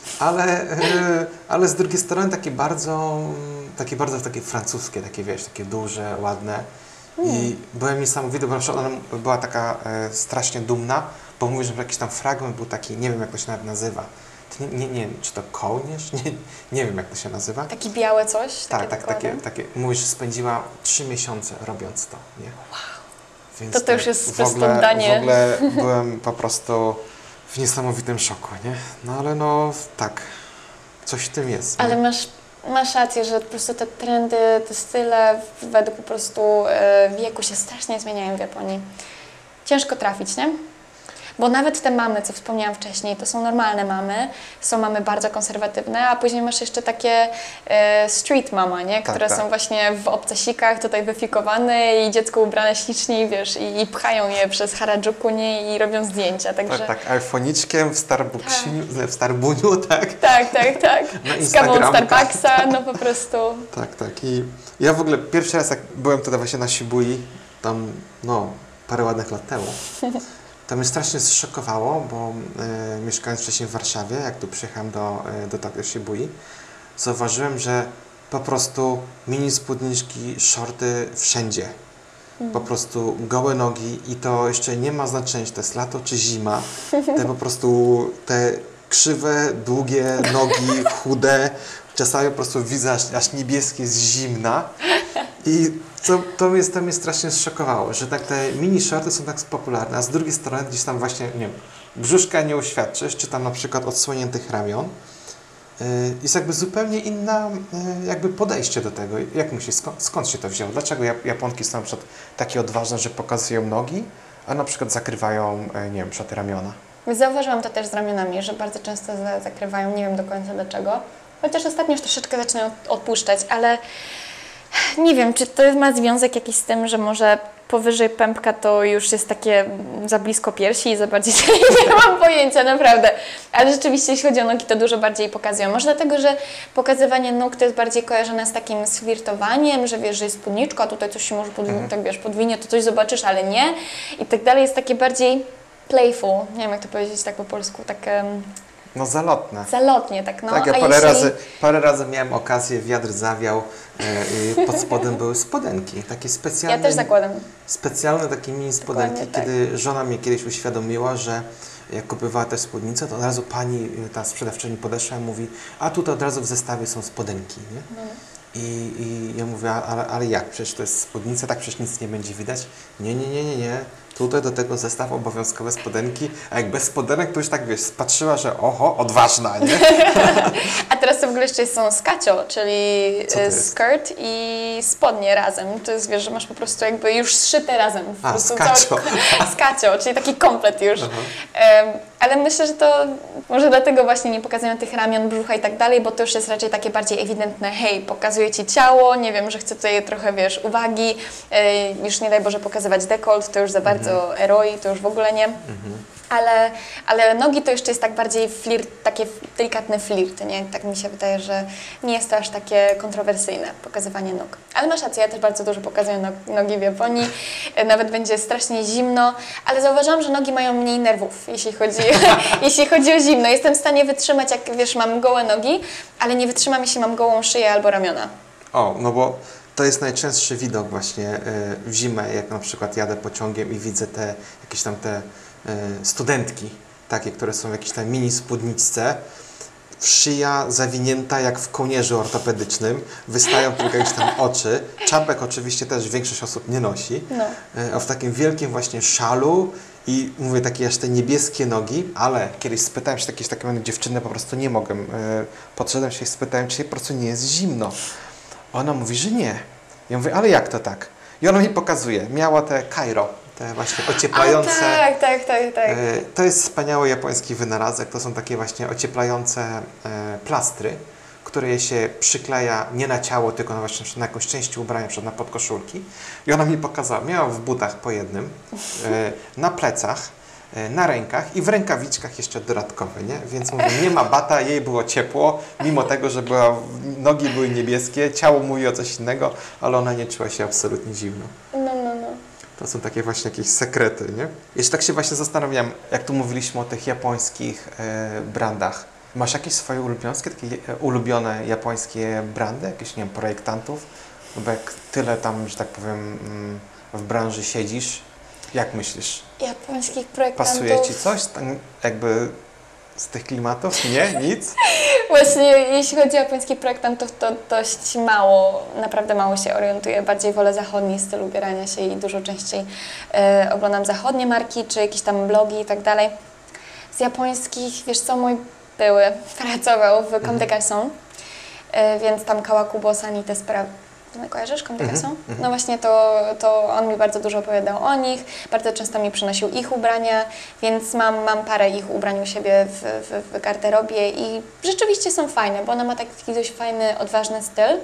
ale z drugiej strony takie bardzo takie francuskie, takie wiesz, takie duże, ładne. I byłem niesamowity, bo na przykład ona była taka strasznie dumna, bo mówi, że jakiś tam fragment był taki, nie wiem jak to się nawet nazywa. Nie wiem, czy to kołnierz? Nie wiem jak to się nazywa. Takie białe coś? Takie. Mówi, że spędziła 3 miesiące robiąc to, nie? Wow. Więc To już jest w ogóle poddanie. W ogóle byłem po prostu w niesamowitym szoku, nie? No ale tak, coś w tym jest. Ale nie? masz rację, że po prostu te trendy, te style według po prostu wieku się strasznie zmieniają w Japonii. Ciężko trafić, nie? bo nawet te mamy, co wspomniałam wcześniej, to są normalne mamy, są mamy bardzo konserwatywne, a później masz jeszcze takie street mama, nie? Które tak. są właśnie w obcasikach, tutaj wyfikowane i dziecko ubrane ślicznie, wiesz, i pchają je przez Harajuku, nie? I robią zdjęcia, także... Tak, iPhoniczkiem w Starbuniu, tak? Tak. Na Z kawą Instagramka. Starbucksa, no po prostu. Tak. I ja w ogóle pierwszy raz, jak byłem tutaj właśnie na Shibui, tam parę ładnych lat temu, to mnie strasznie zszokowało, bo mieszkając wcześniej w Warszawie, jak tu przyjechałem do Tokio Shibui, zauważyłem, że po prostu mini spódniczki, shorty wszędzie. Po prostu gołe nogi i to jeszcze nie ma znaczenia, czy to jest lato czy zima. Po prostu te krzywe, długie nogi, chude, czasami po prostu widzę aż niebieskie z zimna. I to mnie strasznie zszokowało, że tak te mini shorty są tak popularne, a z drugiej strony gdzieś tam właśnie, nie wiem, brzuszka nie uświadczysz, czy tam na przykład odsłoniętych ramion. Jest jakby zupełnie inna jakby podejście do tego. Jak myślisz, skąd się to wzięło? Dlaczego Japonki są na przykład takie odważne, że pokazują nogi, a na przykład zakrywają, nie wiem, te ramiona? Zauważyłam to też z ramionami, że bardzo często zakrywają, nie wiem do końca dlaczego. Chociaż ostatnio już troszeczkę zaczynają odpuszczać, ale nie wiem, czy to ma związek jakiś z tym, że może powyżej pępka to już jest takie za blisko piersi i za bardziej nie mam pojęcia, naprawdę. Ale rzeczywiście, jeśli chodzi o nogi, to dużo bardziej pokazują. Może dlatego, że pokazywanie nóg to jest bardziej kojarzone z takim flirtowaniem, że wiesz, że jest spódniczka, a tutaj coś się może tak wiesz, podwinie, to coś zobaczysz, ale nie. I tak dalej, jest takie bardziej playful, nie wiem jak to powiedzieć tak po polsku, tak... No zalotne. Zalotnie, tak no. Tak, ja a parę razy miałem okazję, wiatr zawiał i pod spodem były spodenki, takie specjalne. Ja też zakładam. Specjalne takie mini spodenki, Dokładnie tak. kiedy żona mnie kiedyś uświadomiła, że jak kupowała też spódnicę, to od razu pani, ta sprzedawczyni podeszła i mówi, a tutaj od razu w zestawie są spodenki, nie? I ja mówię, ale jak? Przecież to jest spódnica, tak przecież nic nie będzie widać. Nie. Tutaj do tego zestaw obowiązkowe spodenki, a jak bez spodenek, to już tak, wiesz, patrzyła, że oho, odważna, nie? A teraz to w ogóle jeszcze są skacio, czyli skirt i spodnie razem. To jest, wiesz, że masz po prostu jakby już zszyte razem. Po prostu skacio. Skacio, czyli taki komplet już. Ale myślę, że to może dlatego właśnie nie pokazują tych ramion, brzucha i tak dalej, bo to już jest raczej takie bardziej ewidentne, hej, pokazuję Ci ciało, nie wiem, że chcę tutaj trochę, wiesz, uwagi, już nie daj Boże pokazywać dekolt, to już za bardzo eroi, to już w ogóle nie. Ale nogi to jeszcze jest tak bardziej flirt, takie delikatne flirty, nie? Tak mi się wydaje, że nie jest to aż takie kontrowersyjne pokazywanie nóg. Ale masz rację, ja też bardzo dużo pokazuję nogi w Japonii, nawet będzie strasznie zimno, ale zauważyłam, że nogi mają mniej nerwów, jeśli chodzi o zimno. Jestem w stanie wytrzymać, jak wiesz, mam gołe nogi, ale nie wytrzymam, jeśli mam gołą szyję albo ramiona. O, no bo to jest najczęstszy widok właśnie w zimę, jak na przykład jadę pociągiem i widzę jakieś tam te studentki, takie, które są w jakiejś tam mini spódniczce, szyja zawinięta jak w kołnierzu ortopedycznym, wystają tylko jakieś tam oczy, czapek oczywiście też większość osób nie nosi, a w takim wielkim właśnie szalu i mówię takie aż te niebieskie nogi, ale kiedyś spytałem się jakieś takie dziewczyny, po prostu nie mogłem, podszedłem się i spytałem, czy jej po prostu nie jest zimno. Ona mówi, że nie. Ja mówię, ale jak to tak? I ona mi pokazuje, miała te kairo, te właśnie ocieplające. Tak. To jest wspaniały japoński wynalazek. To są takie właśnie ocieplające plastry, które się przykleja nie na ciało, tylko na jakąś część ubrania, na podkoszulki. I ona mi pokazała, miała w butach po jednym, na plecach, na rękach i w rękawiczkach jeszcze dodatkowe, nie? Więc mówię, nie ma bata, jej było ciepło, mimo tego, że nogi były niebieskie, ciało mówi o coś innego, ale ona nie czuła się absolutnie zimno. No. To są takie właśnie jakieś sekrety, nie? Jeszcze tak się właśnie zastanawiam, jak tu mówiliśmy o tych japońskich brandach. Masz jakieś swoje ulubione japońskie brandy? Jakieś, nie wiem, projektantów? No bo jak tyle tam, że tak powiem, w branży siedzisz, jak myślisz? Japońskich projektantów... Pasuje Ci coś tam jakby z tych klimatów? Nie? Nic? Właśnie jeśli chodzi o japońskich projektantów, to dość mało, naprawdę mało się orientuję. Bardziej wolę zachodni styl ubierania się i dużo częściej oglądam zachodnie marki, czy jakieś tam blogi i tak dalej. Z japońskich, wiesz co, mój były pracował w Comme des Garçons, więc tam Kawakubo-san i te sprawy. Kojarzysz Konbikasu? No właśnie to on mi bardzo dużo opowiadał o nich, bardzo często mi przynosił ich ubrania, więc mam parę ich ubrań u siebie w garderobie i rzeczywiście są fajne, bo ona ma taki dość fajny, odważny styl,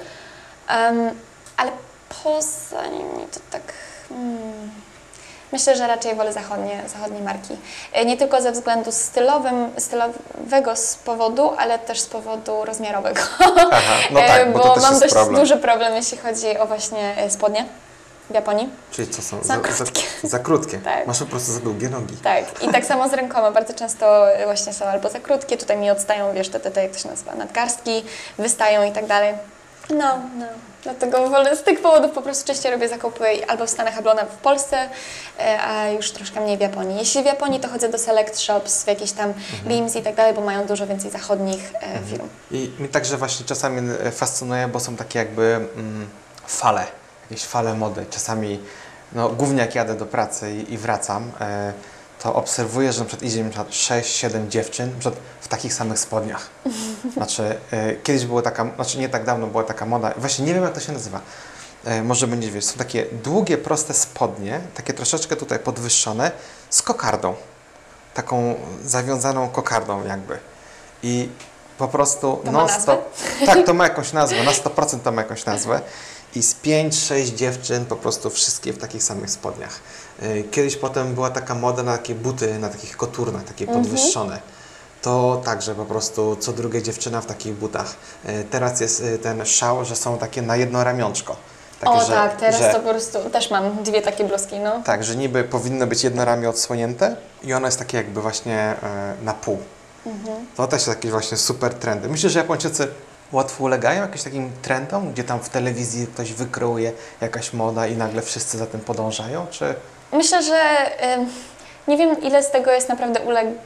ale poza nimi to tak... Myślę, że raczej wolę zachodnie marki. Nie tylko ze względu stylowego z powodu, ale też z powodu rozmiarowego. Aha, no tak, bo to też mam jest dość problem. duży problem, jeśli chodzi o właśnie spodnie w Japonii. Czyli co są? Za krótkie. Za krótkie. Tak. Masz po prostu za długie nogi. Tak, i tak samo z rękoma. Bardzo często właśnie są albo za krótkie, tutaj mi odstają, wiesz, te jak to się nazywa, nadgarstki, wystają i tak dalej. No. Dlatego wolę z tych powodów po prostu częściej robię zakupy albo w Stanach, albo w Polsce, a już troszkę mniej w Japonii. Jeśli w Japonii, to chodzę do Select Shops, w jakieś tam Beams i tak dalej, bo mają dużo więcej zachodnich firm. I mnie także właśnie czasami fascynuje, bo są takie jakby fale, jakieś fale mody. Czasami, no głównie jak jadę do pracy i wracam, to obserwuję, że na przykład idzie mi 6-7 dziewczyn na przykład w takich samych spodniach. Znaczy, kiedyś było taka, znaczy nie tak dawno była taka moda, właśnie nie wiem jak to się nazywa, może będzie wiesz, są takie długie, proste spodnie, takie troszeczkę tutaj podwyższone, z kokardą, taką zawiązaną kokardą jakby. I po prostu To ma nazwę? tak, to ma jakąś nazwę, na 100% to ma jakąś nazwę. I z 5-6 dziewczyn po prostu wszystkie w takich samych spodniach. Kiedyś potem była taka moda na takie buty, na takich koturnach, takie podwyższone. To także po prostu co druga dziewczyna w takich butach. Teraz jest ten szał, że są takie na jedno ramionczko. Takie, Tak, teraz to po prostu też mam dwie takie bluzki, no. Tak, że niby powinno być jedno ramię odsłonięte i ono jest takie jakby właśnie na pół. To też jest jakieś właśnie super trendy. Myślę, że Japończycy łatwo ulegają jakimś takim trendom, gdzie tam w telewizji ktoś wykreuje jakaś moda i nagle wszyscy za tym podążają, czy... Myślę, że nie wiem, ile z tego jest naprawdę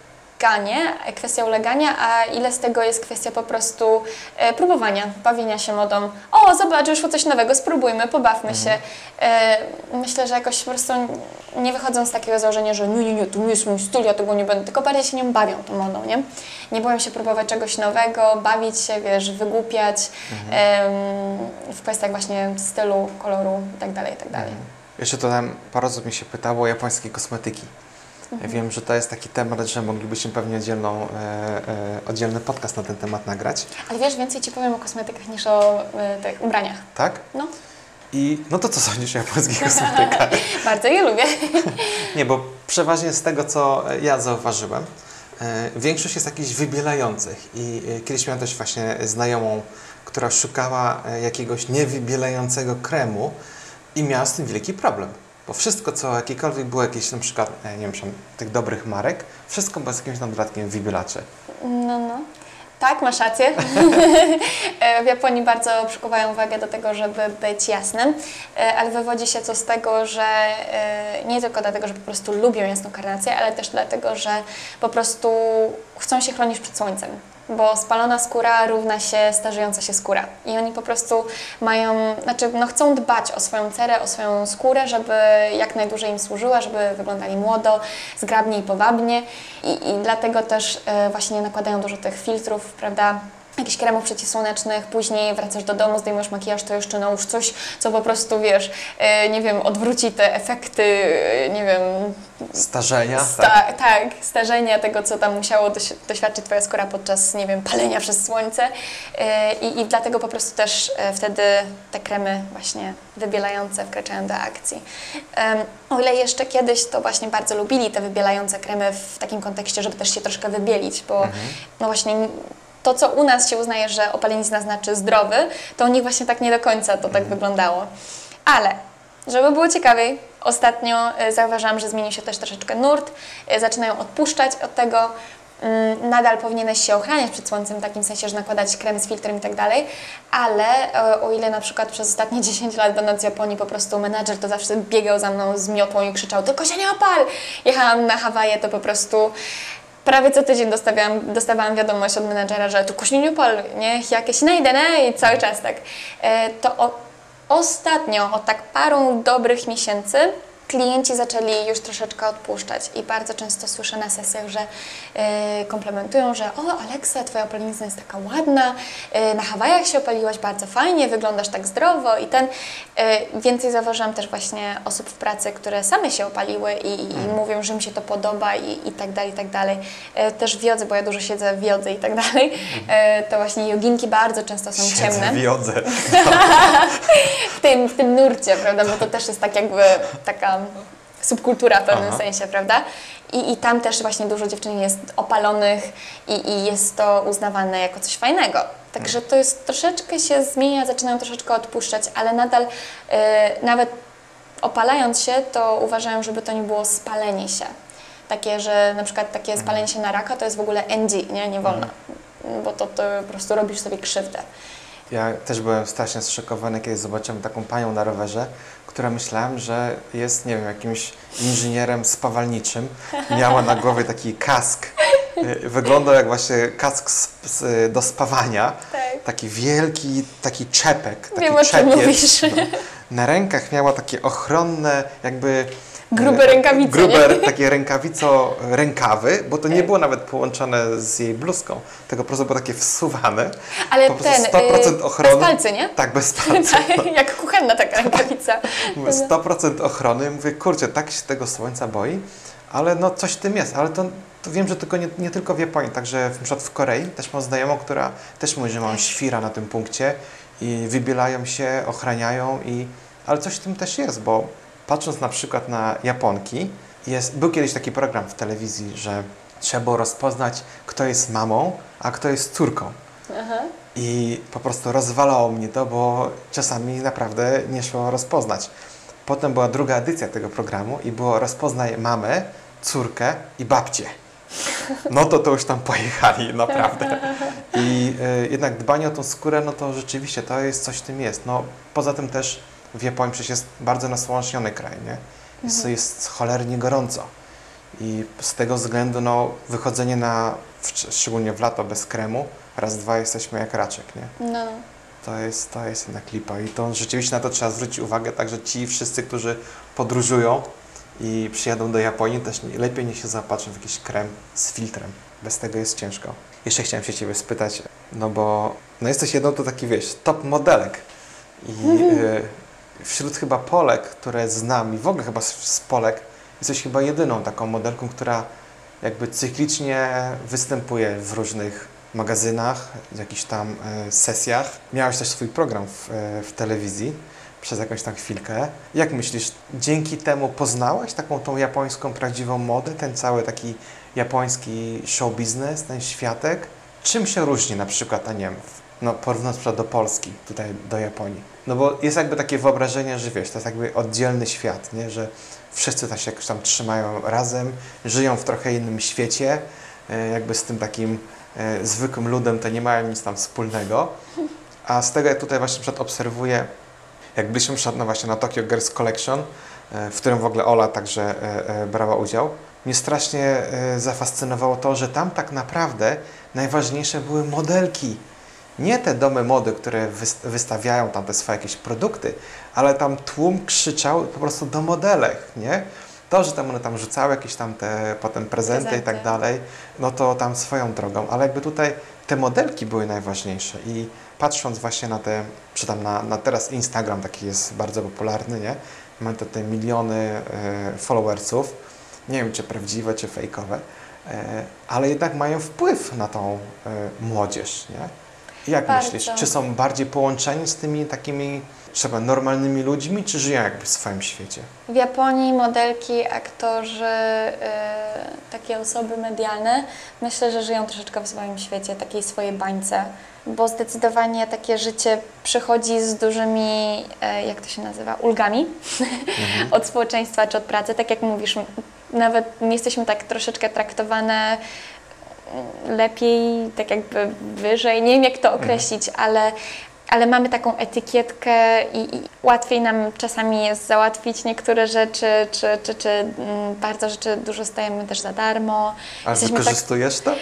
kwestia ulegania, a ile z tego jest kwestia po prostu próbowania, bawienia się modą. O, zobacz, wyszło coś nowego, spróbujmy, pobawmy się. Myślę, że jakoś po prostu nie wychodzą z takiego założenia, że nie, to nie jest mój styl, ja tego nie będę, tylko bardziej się nią bawią, tą modą, nie? Nie boją się próbować czegoś nowego, bawić się, wiesz, wygłupiać w kwestiach właśnie stylu, koloru itd. Jeszcze to tam parę osób mi się pytało o japońskie kosmetyki. Ja wiem, że to jest taki temat, że moglibyśmy pewnie oddzielny podcast na ten temat nagrać. Ale wiesz, więcej Ci powiem o kosmetykach niż o tych ubraniach. Tak? No. I no to co sądzisz o japońskich kosmetykach? Bardzo je lubię. Nie, bo przeważnie z tego, co ja zauważyłem, większość jest jakichś wybielających. I kiedyś miałam też właśnie znajomą, która szukała jakiegoś niewybielającego kremu i miała z tym wielki problem. Bo wszystko, co jakiekolwiek było jakieś na przykład, nie wiem, tych dobrych marek, wszystko było z jakimś tam dodatkiem wybielaczy. No. Tak, masz rację. W Japonii bardzo przykuwają uwagę do tego, żeby być jasnym, ale wywodzi się to z tego, że nie tylko dlatego, że po prostu lubią jasną karnację, ale też dlatego, że po prostu chcą się chronić przed słońcem. Bo spalona skóra równa się starzejąca się skóra. I oni po prostu chcą dbać o swoją cerę, o swoją skórę, żeby jak najdłużej im służyła, żeby wyglądali młodo, zgrabnie i powabnie. I dlatego też właśnie nakładają dużo tych filtrów, prawda? Jakichś kremów przeciwsłonecznych, później wracasz do domu, zdejmujesz makijaż, to jeszcze nałóż coś, co po prostu, wiesz, nie wiem, odwróci te efekty, nie wiem... Starzenia? Tak, starzenia tego, co tam musiało doświadczyć Twoja skóra podczas, nie wiem, palenia przez słońce. I dlatego po prostu też wtedy te kremy właśnie wybielające wkraczają do akcji. O ile jeszcze kiedyś to właśnie bardzo lubili te wybielające kremy w takim kontekście, żeby też się troszkę wybielić, bo no właśnie... To, co u nas się uznaje, że opalenizna znaczy zdrowy, to u nich właśnie tak nie do końca to tak wyglądało. Ale, żeby było ciekawiej, ostatnio zauważyłam, że zmienił się też troszeczkę nurt, zaczynają odpuszczać od tego, nadal powinieneś się ochraniać przed słońcem, w takim sensie, że nakładać krem z filtrem i tak dalej, ale o ile na przykład przez ostatnie 10 lat będąc w Japonii po prostu menadżer to zawsze biegał za mną z miotłą i krzyczał, tylko się nie opal! Jechałam na Hawaje, to po prostu... Prawie co tydzień dostawałam wiadomość od menadżera, że tu kuśni nie pol, niech jakieś najdę, ne? I cały czas tak. To ostatnio, od tak paru dobrych miesięcy, klienci zaczęli już troszeczkę odpuszczać i bardzo często słyszę na sesjach, że komplementują, że o Aleksa, Twoja opalenizna jest taka ładna, na Hawajach się opaliłaś bardzo fajnie, wyglądasz tak zdrowo i więcej zauważyłam też właśnie osób w pracy, które same się opaliły i mówią, że im się to podoba i tak dalej, i tak dalej. Też w jodze, bo ja dużo siedzę w jodze i tak dalej, to właśnie joginki bardzo często są ciemne. W jodze. w tym nurcie, prawda, bo to też jest tak jakby taka subkultura w pewnym sensie, prawda? I tam też właśnie dużo dziewczyn jest opalonych i jest to uznawane jako coś fajnego. Także to jest troszeczkę się zmienia, zaczynają troszeczkę odpuszczać, ale nadal nawet opalając się, to uważają, żeby to nie było spalenie się. Takie, że na przykład takie spalenie się na raka to jest w ogóle NG, nie wolno, bo to po prostu robisz sobie krzywdę. Ja też byłem strasznie zszokowany, kiedy zobaczyłem taką panią na rowerze, która myślałem, że jest, nie wiem, jakimś inżynierem spawalniczym. Miała na głowie taki kask. Wyglądał jak właśnie kask do spawania. Tak. Taki wielki, taki czepek, taki Wiem, o czym mówisz. No. Na rękach miała takie ochronne, jakby grube rękawice, takie rękawy, bo to nie było nawet połączone z jej bluzką, tylko po prostu było takie wsuwane. Ale po prostu 100% ochrony. bez palcy, nie? Tak, bez palcy. Tak, jak kuchenna taka rękawica. 100% ochrony. Mówię, kurczę, tak się tego słońca boi, ale no coś w tym jest. Ale to wiem, że tylko nie tylko w Japonii, także na przykład w Korei też mam znajomą, która też mówi, że mam świra na tym punkcie i wybielają się, ochraniają, ale coś w tym też jest, bo patrząc na przykład na Japonki, był kiedyś taki program w telewizji, że trzeba było rozpoznać, kto jest mamą, a kto jest córką. Aha. I po prostu rozwalało mnie to, bo czasami naprawdę nie szło rozpoznać. Potem była druga edycja tego programu i było rozpoznaj mamę, córkę i babcię. No to już tam pojechali, naprawdę. I jednak dbanie o tą skórę, no to rzeczywiście to jest coś w tym jest. No poza tym też w Japonii przecież jest bardzo nasłoneczniony kraj, nie? Jest cholernie gorąco. I z tego względu wychodzenie szczególnie w lato bez kremu, raz, dwa jesteśmy jak raczek, nie? No. To jest jednak lipa i to rzeczywiście na to trzeba zwrócić uwagę, także ci wszyscy, którzy podróżują i przyjadą do Japonii, też lepiej niech się zaopatrzą w jakiś krem z filtrem. Bez tego jest ciężko. Jeszcze chciałem się Ciebie spytać, bo jesteś jedną to taki, top modelek i wśród chyba Polek, które znam i w ogóle chyba z Polek, jesteś chyba jedyną taką modelką, która jakby cyklicznie występuje w różnych magazynach, w jakichś tam sesjach. Miałeś też swój program w telewizji przez jakąś tam chwilkę. Jak myślisz, dzięki temu poznałaś tą japońską prawdziwą modę, ten cały taki japoński show biznes, ten światek? Czym się różni na przykład, porównując do Polski, tutaj do Japonii? No bo jest jakby takie wyobrażenie, że to jest jakby oddzielny świat, nie? Że wszyscy się jakoś tam trzymają razem, żyją w trochę innym świecie, jakby z tym takim zwykłym ludem to nie mają nic tam wspólnego. A z tego ja tutaj właśnie obserwuję, jak byliśmy właśnie na Tokyo Girls Collection, w którym w ogóle Ola także brała udział. Mnie strasznie zafascynowało to, że tam tak naprawdę najważniejsze były modelki. Nie te domy mody, które wystawiają tam te swoje jakieś produkty, ale tam tłum krzyczał po prostu do modelek, nie? To, że tam one tam rzucały jakieś tam te potem prezenty i tak dalej, no to tam swoją drogą, ale jakby tutaj te modelki były najważniejsze i patrząc właśnie na czy tam na teraz Instagram taki jest bardzo popularny, nie? Mamy te miliony followersów, nie wiem czy prawdziwe, czy fejkowe, ale jednak mają wpływ na tą młodzież, nie? Jak myślisz, czy są bardziej połączeni z tymi takimi normalnymi ludźmi, czy żyją jakby w swoim świecie? W Japonii modelki, aktorzy, takie osoby medialne, myślę, że żyją troszeczkę w swoim świecie, takiej swojej bańce, bo zdecydowanie takie życie przychodzi z dużymi, jak to się nazywa, ulgami od społeczeństwa czy od pracy. Tak jak mówisz, nawet jesteśmy tak troszeczkę traktowane lepiej, tak jakby wyżej, nie wiem jak to określić, ale mamy taką etykietkę i łatwiej nam czasami jest załatwić niektóre rzeczy, czy bardzo rzeczy dużo dostajemy też za darmo. A wykorzystujesz to?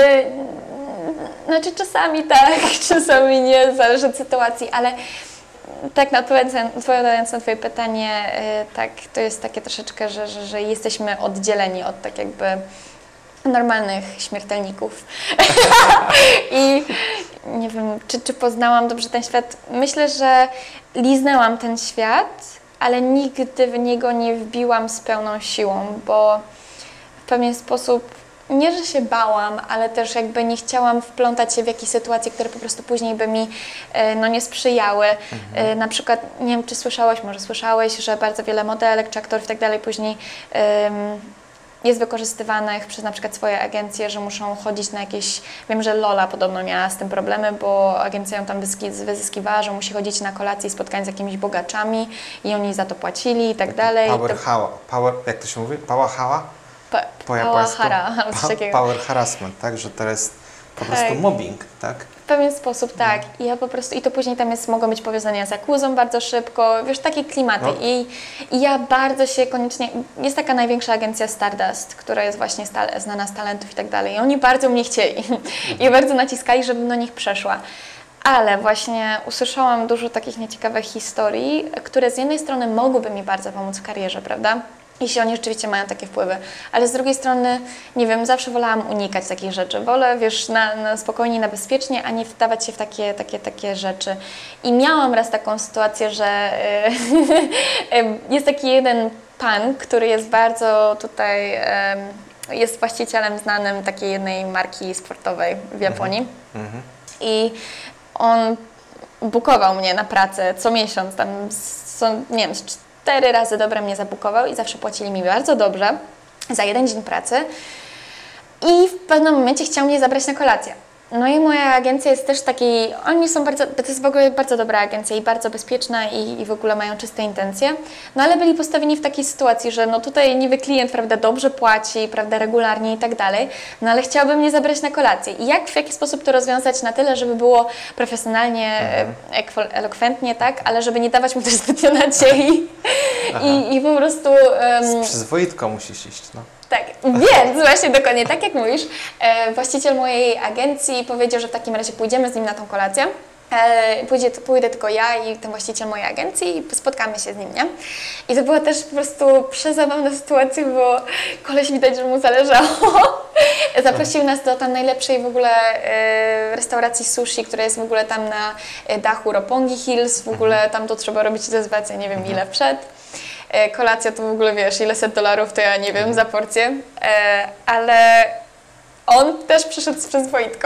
Znaczy czasami tak, czasami nie, zależy od sytuacji, ale tak, odpowiadając na Twoje pytanie, tak, to jest takie troszeczkę, że jesteśmy oddzieleni od tak jakby normalnych śmiertelników. I nie wiem, czy poznałam dobrze ten świat. Myślę, że liznęłam ten świat, ale nigdy w niego nie wbiłam z pełną siłą, bo w pewien sposób nie, że się bałam, ale też jakby nie chciałam wplątać się w jakieś sytuacje, które po prostu później by mi nie sprzyjały. Na przykład, nie wiem, czy może słyszałeś, że bardzo wiele modelek czy aktorów i tak dalej później jest wykorzystywanych przez na przykład swoje agencje, że muszą chodzić na jakieś... Wiem, że Lola podobno miała z tym problemy, bo agencja ją tam wyzyskiwała, że musi chodzić na kolacje i spotkania z jakimiś bogaczami i oni za to płacili i tak dalej. Jak to się mówi? Power harassment, tak? Że to jest po prostu mobbing, tak? W pewien sposób tak. I ja po prostu, i to później tam mogą być powiązania z Yakuzą bardzo szybko, wiesz, takie klimaty. No. I ja bardzo się koniecznie, jest taka największa agencja Stardust, która jest właśnie znana z talentów i tak dalej. I oni bardzo mnie chcieli i bardzo naciskali, żebym do nich przeszła. Ale właśnie usłyszałam dużo takich nieciekawych historii, które z jednej strony mogłyby mi bardzo pomóc w karierze, prawda? Jeśli oni rzeczywiście mają takie wpływy. Ale z drugiej strony, nie wiem, zawsze wolałam unikać takich rzeczy. Wolę, wiesz, na spokojnie, na bezpiecznie, a nie wdawać się w takie rzeczy. I miałam raz taką sytuację, że jest taki jeden pan, który jest bardzo tutaj, jest właścicielem znanym takiej jednej marki sportowej w Japonii. I on bukował mnie na pracę co miesiąc, tam nie wiem, 4 razy dobre mnie zabukował i zawsze płacili mi bardzo dobrze za 1 dzień pracy i w pewnym momencie chciał mnie zabrać na kolację. No i moja agencja jest też takiej, oni są bardzo, to jest w ogóle bardzo dobra agencja i bardzo bezpieczna i w ogóle mają czyste intencje, no ale byli postawieni w takiej sytuacji, że no tutaj niby klient, prawda, dobrze płaci, prawda, regularnie i tak dalej, no ale chciałby mnie zabrać na kolację. I w jaki sposób to rozwiązać na tyle, żeby było profesjonalnie, elokwentnie, tak, ale żeby nie dawać mu też zbytnio nadziei i po prostu... Z przyzwoitką musisz iść, no. Tak, więc właśnie dokładnie tak jak mówisz, właściciel mojej agencji powiedział, że w takim razie pójdziemy z nim na tą kolację. Pójdę tylko ja i ten właściciel mojej agencji i spotkamy się z nim, nie? I to była też po prostu przezabawna sytuacja, bo koleś widać, że mu zależało. Zaprosił nas do tam najlepszej w ogóle restauracji sushi, która jest w ogóle tam na dachu Roppongi Hills, w ogóle tam to trzeba robić rezerwację, nie wiem ile przed. Kolacja to w ogóle, wiesz, ile set dolarów, to ja nie wiem, za porcję, ale on też przyszedł z przyzwoitką,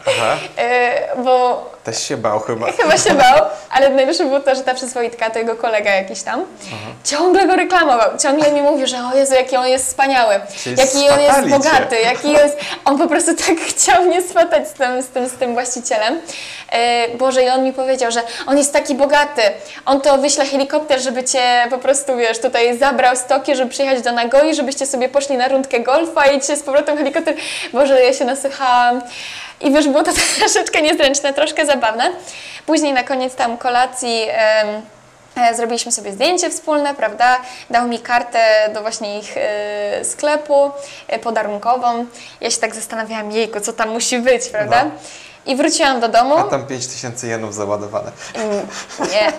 bo... Też się bał chyba. Chyba się bał, ale najlepsze było to, że ta przyzwoitka, to jego kolega jakiś tam, ciągle go reklamował, ciągle mi mówił, że o Jezu, jaki on jest wspaniały, jaki on jest bogaty, jaki jest... On po prostu tak chciał mnie swatać z tym właścicielem. Boże, i on mi powiedział, że on jest taki bogaty, on to wyśle helikopter, żeby cię po prostu, wiesz, tutaj zabrał z Tokio, żeby przyjechać do Nagoi, żebyście sobie poszli na rundkę golfa i cię z powrotem helikopter. Boże, ja się nasychałam. I wiesz, było to troszeczkę niezręczne, troszkę zabawne. Później na koniec tam kolacji zrobiliśmy sobie zdjęcie wspólne, prawda? Dał mi kartę do właśnie ich sklepu podarunkową. Ja się tak zastanawiałam, jejku, co tam musi być, prawda? No. I wróciłam do domu. A tam 5000 jenów załadowane. Nie,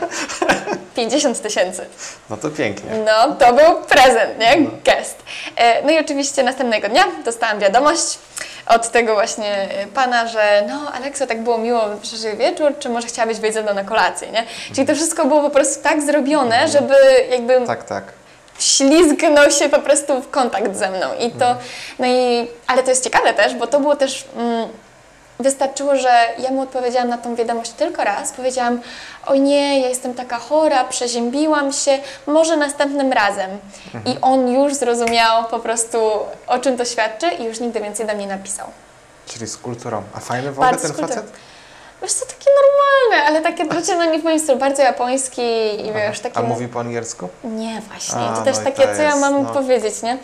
50 000. No to pięknie. No, to był prezent, nie? No. Gest. No i oczywiście następnego dnia dostałam wiadomość od tego właśnie pana, że no Alekso, tak było miło, przeżył wieczór, czy może chciałabyś wyjść ze mną na kolację, nie? Czyli to wszystko było po prostu tak zrobione, żeby jakby... Tak. Ślizgnął się po prostu w kontakt ze mną. I to, ale to jest ciekawe też, bo to było też... Wystarczyło, że ja mu odpowiedziałam na tą wiadomość tylko raz. Powiedziałam, oj nie, ja jestem taka chora, przeziębiłam się, może następnym razem. I on już zrozumiał po prostu, o czym to świadczy i już nigdy więcej do mnie napisał. Czyli z kulturą. A fajny w ogóle ten facet? Wiesz co, takie normalne, ale takie wrócie no nie w moim stylu, bardzo japoński i wiesz, takie... A mówi po angielsku? Nie, właśnie. To też takie, co ja mam powiedzieć, nie?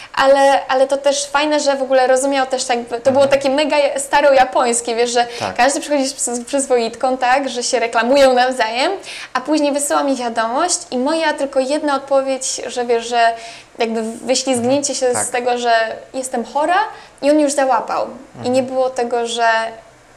Ale to też fajne, że w ogóle rozumiał też jakby, to było takie mega starojapońskie, wiesz, że każdy przychodzi z przyzwoitką, tak, że się reklamują nawzajem, a później wysyła mi wiadomość i moja tylko jedna odpowiedź, że wiesz, że jakby wyślizgnięcie się z tego, że jestem chora i on już załapał. I nie było tego, że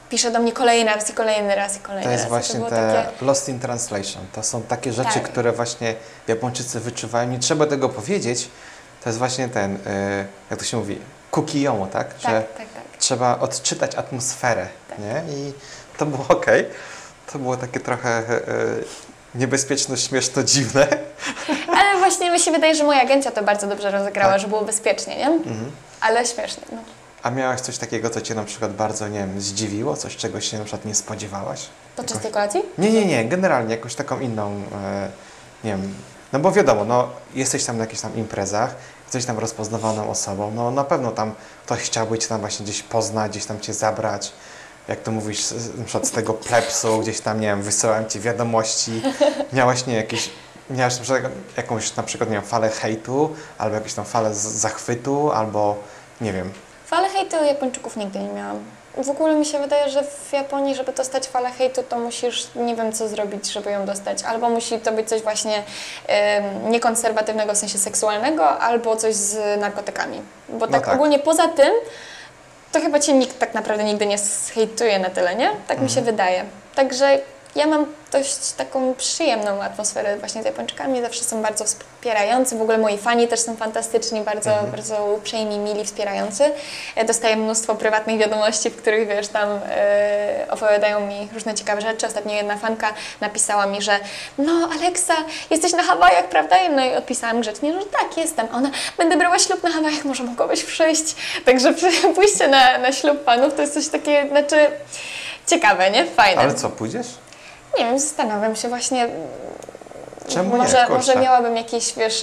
pisze do mnie kolejny raz i kolejny raz i kolejny To jest raz. właśnie było te takie... lost in translation. To są takie rzeczy, Tak. które właśnie Japończycy wyczuwają. Nie trzeba tego powiedzieć. To jest właśnie ten, jak to się mówi, kukiyomo, tak? Że Tak. trzeba odczytać atmosferę, Tak. nie? I to było okej. To było takie trochę niebezpieczne, śmieszne, dziwne. Ale właśnie mi się wydaje, że moja agencja to bardzo dobrze rozegrała, Tak. że było bezpiecznie, nie? Ale śmiesznie, no. A miałaś coś takiego, co Cię na przykład bardzo, nie wiem, zdziwiło? Coś, czego się na przykład nie spodziewałaś? Podczas Jakoś- tej kolacji? Nie, generalnie jakąś taką inną, nie wiem, no bo wiadomo, no jesteś tam na jakichś tam imprezach, jesteś tam rozpoznawaną osobą, no na pewno tam ktoś chciałby Cię tam właśnie gdzieś poznać, gdzieś tam Cię zabrać, jak to mówisz, na przykład z tego plebsu, gdzieś tam, nie wiem, wysyłałem Ci wiadomości, miałaś, nie, miałaś na przykład jakąś, na przykład, nie wiem, falę hejtu, albo jakąś tam falę zachwytu, albo, nie wiem, Falę hejtu Japończyków nigdy nie miałam. W ogóle mi się wydaje, że w Japonii, żeby dostać falę hejtu, to musisz nie wiem co zrobić, żeby ją dostać. Albo musi to być coś właśnie niekonserwatywnego w sensie seksualnego, albo coś z narkotykami. Bo tak, tak. ogólnie poza tym, to chyba Cię nikt tak naprawdę nigdy nie zhejtuje na tyle, nie? Tak mi się wydaje. Także ja mam dość taką przyjemną atmosferę właśnie z Japończykami, zawsze są bardzo wspierający, w ogóle moi fani też są fantastyczni, bardzo uprzejmi, mili, wspierający. Dostaję mnóstwo prywatnych wiadomości, w których, wiesz, tam opowiadają mi różne ciekawe rzeczy. Ostatnio jedna fanka napisała mi, że no Aleksa, jesteś na Hawajach, prawda? No i odpisałam grzecznie, że tak, jestem. A ona, będę brała ślub na Hawajach, może mogłabyś przyjść. Także pójście na ślub panów to jest coś takiego, znaczy ciekawe, nie? Fajne. ale co, pójdziesz? Nie wiem, zastanawiam się właśnie. Czemu nie? Może Kurczę. miałabym jakiś, wiesz,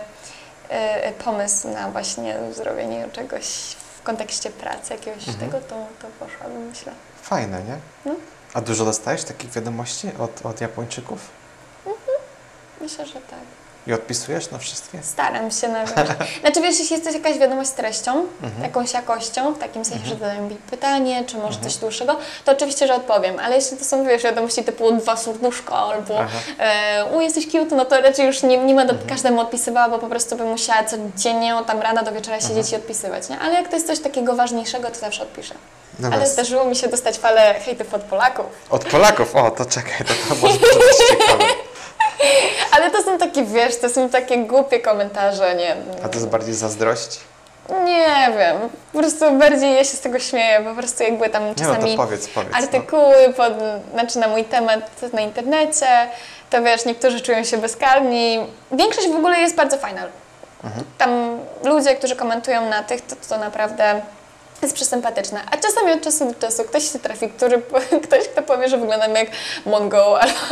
pomysł na właśnie zrobienie czegoś w kontekście pracy, jakiegoś tego, to poszłabym, myślę. Fajne, nie? No. A dużo dostajesz takich wiadomości od Japończyków? Myślę, że tak. I odpisujesz na wszystkie? Staram się na Znaczy wiesz, jeśli jest jakaś wiadomość z treścią, jakąś jakością, w takim sensie, że zadają mi pytanie, czy może coś dłuższego, to oczywiście, że odpowiem. Ale jeśli to są, wiesz, wiadomości typu 2 serduszka albo jesteś cute, no to raczej już nie będę każdemu odpisywała, bo po prostu bym musiała codziennie od tam rana do wieczora siedzieć i odpisywać, nie? Ale jak to jest coś takiego ważniejszego, to zawsze odpiszę. No Ale bez. zdarzyło mi się dostać falę hejtów od Polaków. Od Polaków? O, to czekaj, to może być ciekawe. Ale to są takie, wiesz, to są takie głupie komentarze, nie? A to jest bardziej zazdrość? Nie wiem, po prostu bardziej ja się z tego śmieję, po prostu jakby tam Nie, no czasami to powiedz. artykuły znaczy na mój temat na internecie, to wiesz, niektórzy czują się bezkarni. Większość w ogóle jest bardzo fajna. Tam ludzie, którzy komentują na tych, to naprawdę jest przesympatyczne. A czasami od czasu do czasu ktoś się trafi, ktoś, kto powie, że wyglądam jak Mongol,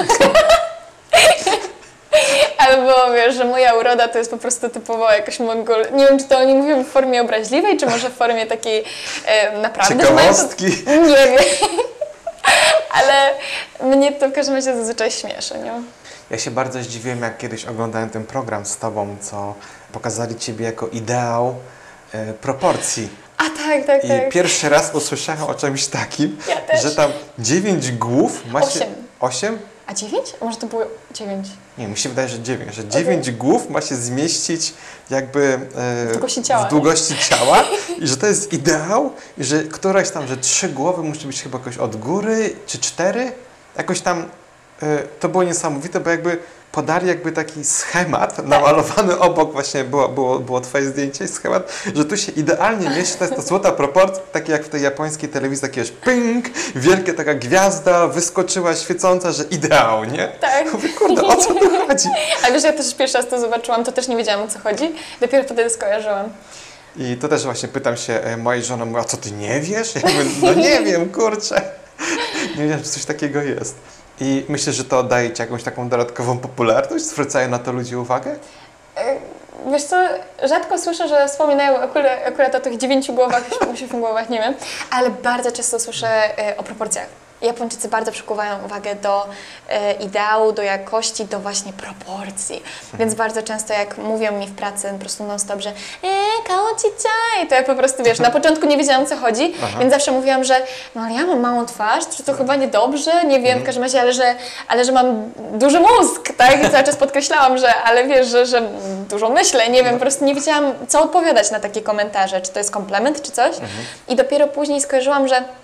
albo wiesz, że moja uroda to jest po prostu typowo jakaś Mongol. Nie wiem, czy to oni mówią w formie obraźliwej, czy może w formie takiej naprawdę... Ciekawostki. Nie wiem. Ale mnie to w każdym razie zazwyczaj śmieszy, nie? Ja się bardzo zdziwiłem, jak kiedyś oglądałem ten program z Tobą, co pokazali Ciebie jako ideał proporcji. A tak. I pierwszy raz usłyszałem o czymś takim, Ja też. że tam 9 głów ma się... 8. 8? A 9? Może to było 9? Nie, mi się wydaje, że 9. Że 9 głów ma się zmieścić jakby W długości ciała, i że to jest ideał i że któraś tam, że 3 głowy musi być chyba jakoś od góry, czy 4. Jakoś tam to było niesamowite, bo jakby podali jakby taki schemat namalowany obok, właśnie było Twoje zdjęcie i schemat, że tu się idealnie mieści, to jest ta złota proporcja, takie jak w tej japońskiej telewizji, takie ping, wielkie taka gwiazda wyskoczyła świecąca, że ideał, nie? Tak. Mówię, kurde, o co tu chodzi? A wiesz, ja też pierwszy raz to zobaczyłam, to też nie wiedziałam, o co chodzi. Dopiero wtedy skojarzyłam. I to też właśnie pytam się mojej żony, mówię, a co ty nie wiesz? Ja mówię, no nie wiem, kurczę. Nie wiedziałem, że coś takiego jest. I myślę, że to daje Ci jakąś taką dodatkową popularność? Zwracają na to ludzie uwagę? Wiesz co, rzadko słyszę, że wspominają akurat o tych 9 głowach, 8 głowach, nie wiem, ale bardzo często słyszę o proporcjach. Japończycy bardzo przykuwają uwagę do ideału, do jakości, do właśnie proporcji. Więc bardzo często jak mówią mi w pracy po prostu non-stop, że kao chichai, to ja po prostu, wiesz, na początku nie wiedziałam, o co chodzi, więc zawsze mówiłam, że no ale ja mam małą twarz, czy to chyba niedobrze, nie wiem, w każdym razie, ale że mam duży mózg, tak? I cały czas podkreślałam, że ale wiesz, że dużo myślę, nie wiem, po prostu nie wiedziałam, co odpowiadać na takie komentarze, czy to jest komplement, czy coś. I dopiero później skojarzyłam, że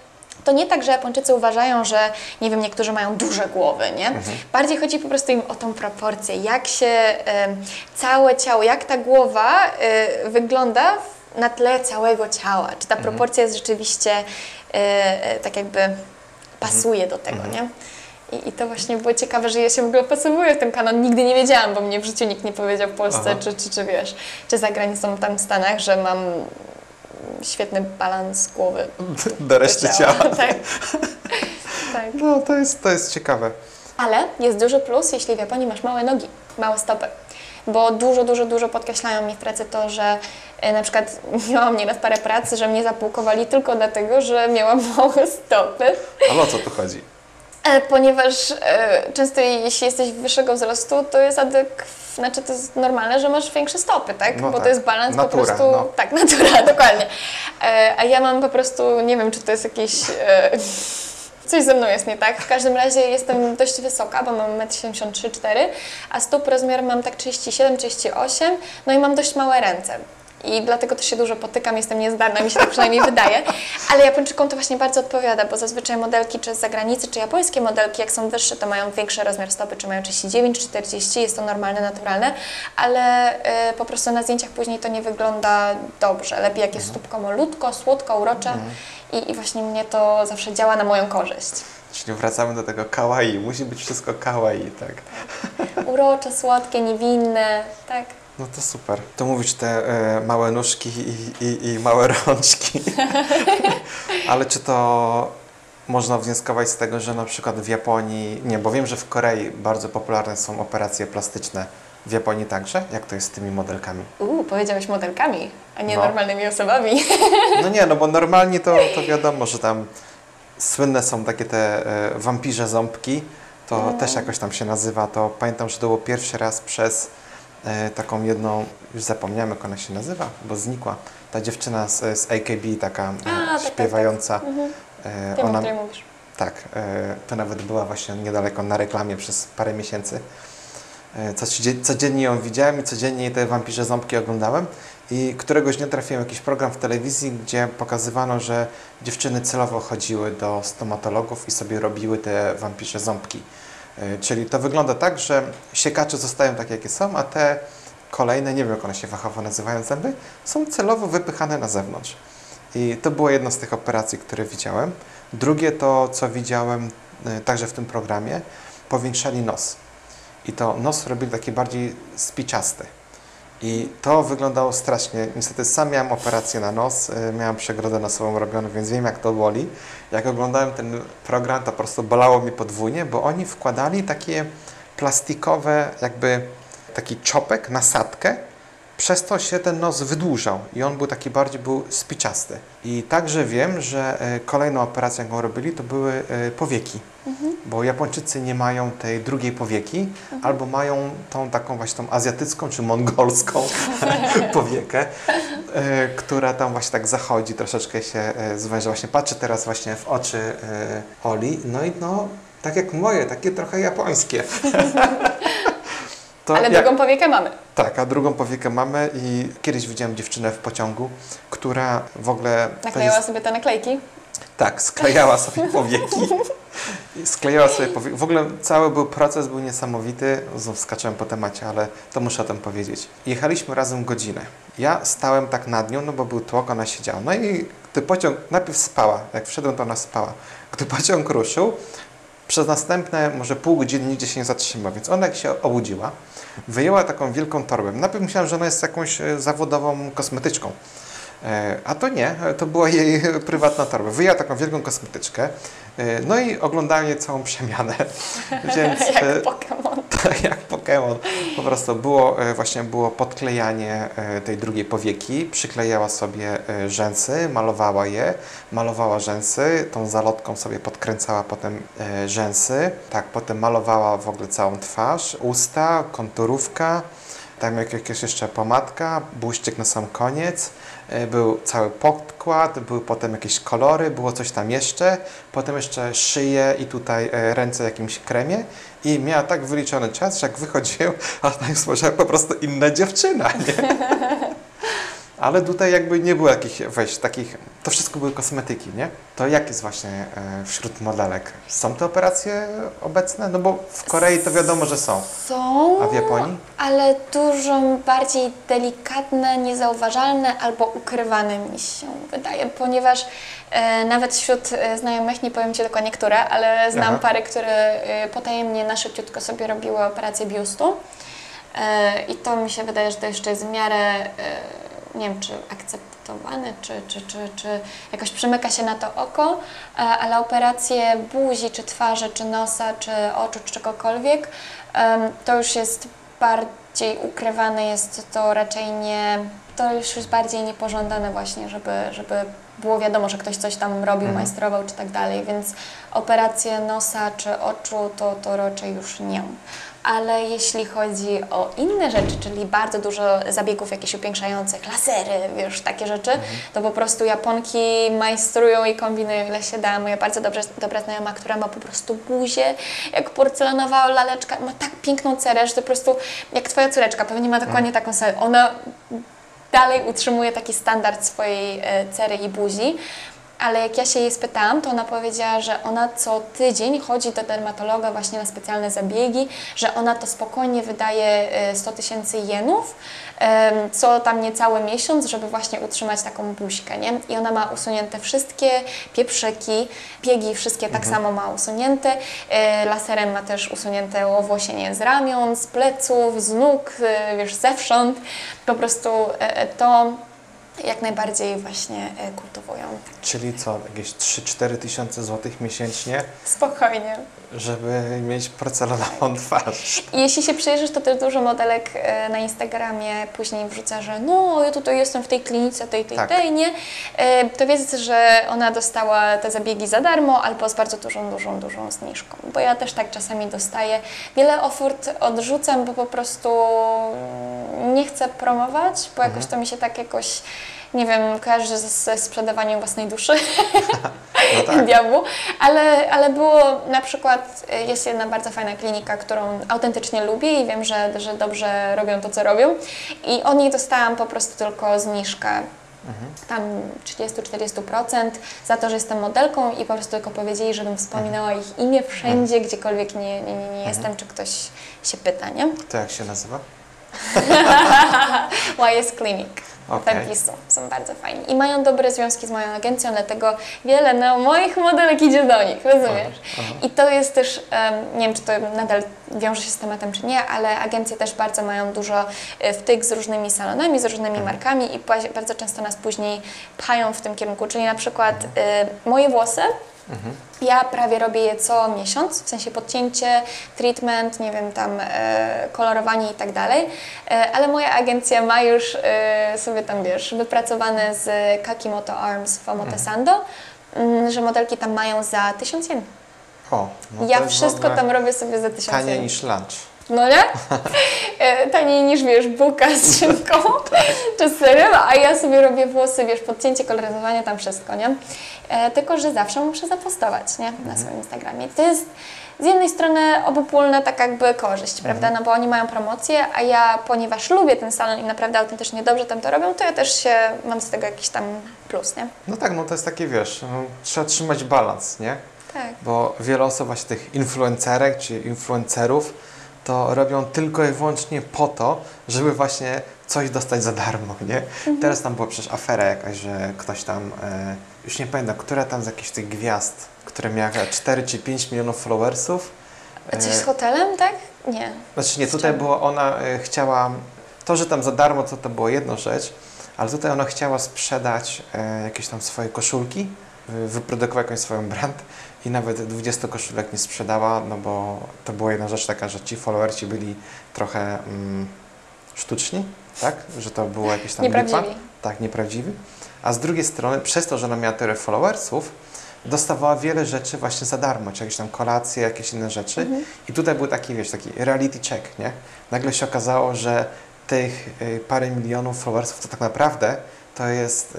to nie tak, że Japończycy uważają, że nie wiem, niektórzy mają duże głowy, nie? Bardziej chodzi po prostu im o tą proporcję, jak się całe ciało, jak ta głowa wygląda na tle całego ciała. Czy ta proporcja jest rzeczywiście tak jakby pasuje do tego, nie? I to właśnie było ciekawe, że ja się w ogóle pasowuję w ten kanon. Nigdy nie wiedziałam, bo mnie w życiu nikt nie powiedział w Polsce, czy wiesz, czy za granicą tam w Stanach, że mam świetny balans głowy Do reszty ciała. Tak. Tak. No, to jest ciekawe. Ale jest duży plus, jeśli w Japonii masz małe nogi, małe stopy. Bo dużo podkreślają mi w pracy to, że na przykład miałam nieraz parę pracy, że mnie zapułkowali tylko dlatego, że miałam małe stopy. Ale o co tu chodzi? Ponieważ często jeśli jesteś wyższego wzrostu, to jest znaczy to jest normalne, że masz większe stopy, tak? No bo tak. to jest balans Natura, po prostu. no. Tak, natura, dokładnie. A ja mam po prostu, nie wiem, czy to jest jakieś. Coś ze mną jest nie tak. W każdym razie jestem dość wysoka, bo mam 1,73 m, a stóp rozmiar mam tak 37-38, no i mam dość małe ręce. I dlatego też się dużo potykam, jestem niezdarna, mi się tak przynajmniej wydaje. Ale Japończykom to właśnie bardzo odpowiada, bo zazwyczaj modelki czy z zagranicy, czy japońskie modelki, jak są wyższe, to mają większy rozmiar stopy, czy mają 39, 40, jest to normalne, naturalne, ale po prostu na zdjęciach później to nie wygląda dobrze. Lepiej jak jest stópko malutko, słodko, urocze i właśnie mnie to zawsze działa na moją korzyść. Czyli wracamy do tego kawaii. Musi być wszystko kawaii, tak? Urocze, słodkie, niewinne, tak. No to super. To mówić te małe nóżki i małe rączki. Ale czy to można wnioskować z tego, że na przykład w Japonii, nie, bo wiem, że w Korei bardzo popularne są operacje plastyczne. W Japonii także? Jak to jest z tymi modelkami? Powiedziałeś modelkami, a nie No. normalnymi osobami. No nie, no bo normalnie to wiadomo, że tam słynne są takie te wampirze ząbki. To też jakoś tam się nazywa. To pamiętam, że to było pierwszy raz przez taką jedną, już zapomniałem jak ona się nazywa, bo znikła. Ta dziewczyna z AKB, taka śpiewająca. Wiem, o Ona, której mówisz. tak, to nawet była właśnie niedaleko na reklamie przez parę miesięcy. Codziennie ją widziałem i codziennie te wampirze ząbki oglądałem. I któregoś dnia trafiłem jakiś program w telewizji, gdzie pokazywano, że dziewczyny celowo chodziły do stomatologów i sobie robiły te wampirze ząbki. Czyli to wygląda tak, że siekacze zostają takie, jakie są, a te kolejne, nie wiem jak one się fachowo nazywają, zęby, są celowo wypychane na zewnątrz. I to była jedna z tych operacji, które widziałem. Drugie to, co widziałem także w tym programie, powiększali nos. I to nos robili taki bardziej spiczasty. I to wyglądało strasznie. Niestety sam miałem operację na nos, miałem przegrodę nosową robioną, więc wiem jak to boli. Jak oglądałem ten program, to po prostu bolało mi podwójnie, bo oni wkładali takie plastikowe, jakby taki czopek, nasadkę, przez to się ten nos wydłużał i on był taki bardziej spiczasty. I także wiem, że kolejną operacją, jaką robili, to były powieki. Bo Japończycy nie mają tej drugiej powieki, albo mają tą taką właśnie tą azjatycką czy mongolską powiekę, która tam właśnie tak zachodzi, troszeczkę się zwęża. Właśnie patrzę teraz właśnie w oczy Oli, no i no, tak jak moje, takie trochę japońskie. Ale drugą powiekę mamy. Tak, a drugą powiekę mamy i kiedyś widziałem dziewczynę w pociągu, która w ogóle... Naklejała sobie te naklejki? Tak, sklejała sobie powieki. Sklejała sobie powieki. W ogóle cały proces był niesamowity. Znów skaczałem po temacie, ale to muszę o tym powiedzieć. Jechaliśmy razem godzinę. Ja stałem tak nad nią, no bo był tłok, ona siedziała. No i gdy pociąg najpierw spała, jak wszedłem, to ona spała. Gdy pociąg ruszył, przez następne może pół godziny nigdzie się nie zatrzymał, więc ona jak się obudziła, wyjęła taką wielką torbę. Najpierw myślałem, że ona jest jakąś zawodową kosmetyczką. A to nie, to była jej prywatna torba. Wyjęła taką wielką kosmetyczkę, no i oglądałem jej całą przemianę. Więc, jak Pokémon. Tak, jak Pokémon. Po prostu było podklejanie tej drugiej powieki, przyklejała sobie rzęsy, malowała rzęsy, tą zalotką sobie podkręcała potem rzęsy, tak, potem malowała w ogóle całą twarz, usta, konturówka, tam jakaś jeszcze pomadka, błyszczyk na sam koniec, był cały podkład, były potem jakieś kolory, było coś tam jeszcze, potem jeszcze szyję i tutaj ręce w jakimś kremie i miała tak wyliczony czas, że jak wychodził, a ona już może po prostu inna dziewczyna, nie? Ale tutaj jakby nie było jakichś, takich, to wszystko były kosmetyki, nie? To jak jest właśnie wśród modelek? Są te operacje obecne? No bo w Korei to wiadomo, że są. Są, A w Japonii? ale dużo bardziej delikatne, niezauważalne albo ukrywane mi się wydaje, ponieważ nawet wśród znajomych, nie powiem Ci dokładnie które, ale znam pary, które potajemnie na szybciutko sobie robiły operację biustu i to mi się wydaje, że to jeszcze jest w miarę, nie wiem, czy akceptowane, czy jakoś przymyka się na to oko, ale operacje buzi, czy twarzy, czy nosa, czy oczu, czy czegokolwiek, to już jest bardziej ukrywane, jest to raczej nie, to już jest bardziej niepożądane właśnie, żeby było wiadomo, że ktoś coś tam robił, majstrował, czy tak dalej, więc operacje nosa, czy oczu, to raczej już nie. Ale jeśli chodzi o inne rzeczy, czyli bardzo dużo zabiegów jakichś upiększających, lasery, wiesz, takie rzeczy, to po prostu Japonki majstrują i kombinują ile się da. Moja bardzo dobra znajoma, która ma po prostu buzię, jak porcelanowa laleczka, ma tak piękną cerę, że to po prostu jak Twoja córeczka, pewnie ma dokładnie taką samą. Ona dalej utrzymuje taki standard swojej cery i buzi. Ale jak ja się jej spytałam, to ona powiedziała, że ona co tydzień chodzi do dermatologa właśnie na specjalne zabiegi, że ona to spokojnie wydaje 100 000 jenów, co tam niecały miesiąc, żeby właśnie utrzymać taką buźkę, nie? I ona ma usunięte wszystkie pieprzyki, biegi wszystkie tak samo ma usunięte, laserem ma też usunięte owłosienie z ramion, z pleców, z nóg, wiesz, zewsząd. Po prostu to jak najbardziej właśnie kultywują. Czyli co, jakieś 3-4 tysiące złotych miesięcznie, Spokojnie. żeby mieć porcelanową twarz. I jeśli się przyjrzysz, to też dużo modelek na Instagramie później wrzuca, że no, ja tutaj jestem w tej klinice, tej, nie? To wiedz, że ona dostała te zabiegi za darmo albo z bardzo dużą zniżką. Bo ja też tak czasami dostaję. Wiele ofert odrzucam, bo po prostu nie chcę promować, bo jakoś to mi się tak jakoś, nie wiem, kojarzy ze sprzedawaniem własnej duszy. No tak. Diabłu, ale było na przykład, jest jedna bardzo fajna klinika, którą autentycznie lubię i wiem, że dobrze robią to, co robią i od niej dostałam po prostu tylko zniżkę, tam 30-40% za to, że jestem modelką i po prostu tylko powiedzieli, żebym wspominała ich imię wszędzie, gdziekolwiek nie jestem, czy ktoś się pyta, nie? To jak się nazywa? YS Clinic. Okay. Taki są bardzo fajni. I mają dobre związki z moją agencją, dlatego wiele moich modelek idzie do nich, rozumiesz? I to jest też, nie wiem, czy to nadal wiąże się z tematem, czy nie, ale agencje też bardzo mają dużo wtyk z różnymi salonami, z różnymi markami i bardzo często nas później pchają w tym kierunku. Czyli na przykład moje włosy, ja prawie robię je co miesiąc, w sensie podcięcie, treatment, nie wiem, tam kolorowanie i tak dalej, ale moja agencja ma już sobie tam, wiesz, wypracowane z Kakimoto Arms w Omotesando, że modelki tam mają za 1000 jen. O, no ja wszystko tam robię sobie za 1000 jen. Taniej niż lunch. No nie? Taniej niż, wiesz, bułka z szynką czy serem, a ja sobie robię włosy, wiesz, podcięcie, koloryzowanie, tam wszystko, nie? Tylko, że zawsze muszę zapostować, nie? Na swoim Instagramie. To jest z jednej strony obopólna tak jakby korzyść, prawda? No bo oni mają promocję, a ja, ponieważ lubię ten salon i naprawdę autentycznie dobrze tam to robią, to ja też mam z tego jakiś tam plus, nie? No tak, no to jest takie, wiesz, no, trzeba trzymać balans, nie? Tak. Bo wiele osób właśnie tych influencerek czy influencerów to robią tylko i wyłącznie po to, żeby właśnie coś dostać za darmo, nie? Teraz tam była przecież afera jakaś, że ktoś tam, już nie pamiętam, która tam z jakichś tych gwiazd, które miała 4 czy 5 milionów followersów. Coś z hotelem, tak? Nie. Znaczy nie, tutaj było, ona chciała, to, że tam za darmo to była jedna rzecz, ale tutaj ona chciała sprzedać jakieś tam swoje koszulki, wyprodukowała jakąś swoją brand i nawet 20 koszulek nie sprzedała, no bo to była jedna rzecz taka, że ci followersi byli trochę sztuczni, tak? Że to było jakieś tam nieprawdziwi. lipa. Tak, nieprawdziwi. A z drugiej strony, przez to, że ona miała tyle followersów, dostawała wiele rzeczy właśnie za darmo, czy jakieś tam kolacje, jakieś inne rzeczy. I tutaj był taki, wiesz, taki reality check, nie? Nagle się okazało, że tych parę milionów followersów to tak naprawdę to jest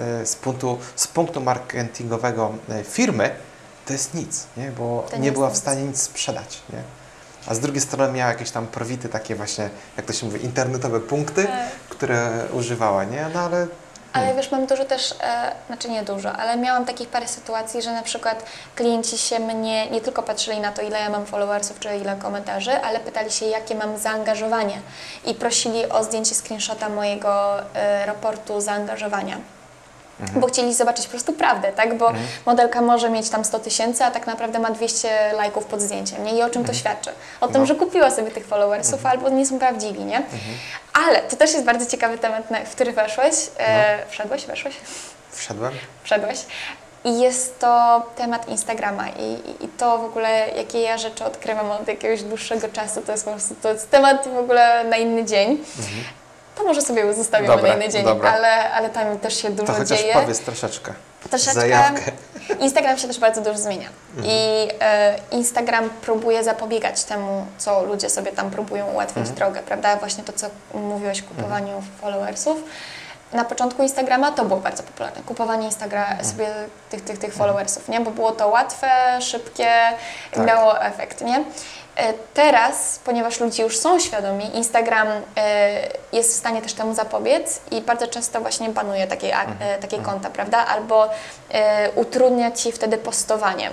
z punktu marketingowego firmy, to jest nic, nie? Bo nie była w stanie nic sprzedać, nie? A z drugiej strony miała jakieś tam profity takie właśnie, jak to się mówi, internetowe punkty, które używała, nie? No ale Ale wiesz, mam dużo też, znaczy nie dużo, ale miałam takich parę sytuacji, że na przykład klienci się mnie nie tylko patrzyli na to, ile ja mam followersów, czy ile komentarzy, ale pytali się, jakie mam zaangażowanie i prosili o zdjęcie screenshota mojego raportu zaangażowania. Bo chcieli zobaczyć po prostu prawdę, tak? Bo modelka może mieć tam 100 000, a tak naprawdę ma 200 lajków pod zdjęciem, nie? I o czym to świadczy? O tym, że kupiła sobie tych followersów, albo nie są prawdziwi, nie? Ale to też jest bardzo ciekawy temat, w który weszłeś. Wszedłeś? Wszedłem? Wszedłeś. I jest to temat Instagrama i to w ogóle, jakie ja rzeczy odkrywam od jakiegoś dłuższego czasu, to jest po prostu, to jest temat w ogóle na inny dzień. To może sobie zostawimy na inny dzień, ale tam też się dużo to chociaż dzieje. Powiedz troszeczkę. Zajawkę. Instagram się też bardzo dużo zmienia. I Instagram próbuje zapobiegać temu, co ludzie sobie tam próbują ułatwić drogę, prawda? Właśnie to, co mówiłeś o kupowaniu followersów. Na początku Instagrama to było bardzo popularne. Kupowanie sobie tych followersów, nie? Bo było to łatwe, szybkie, miało efekt, nie? Teraz, ponieważ ludzie już są świadomi, Instagram jest w stanie też temu zapobiec i bardzo często właśnie banuje takie konta, prawda? Albo utrudnia Ci wtedy postowanie.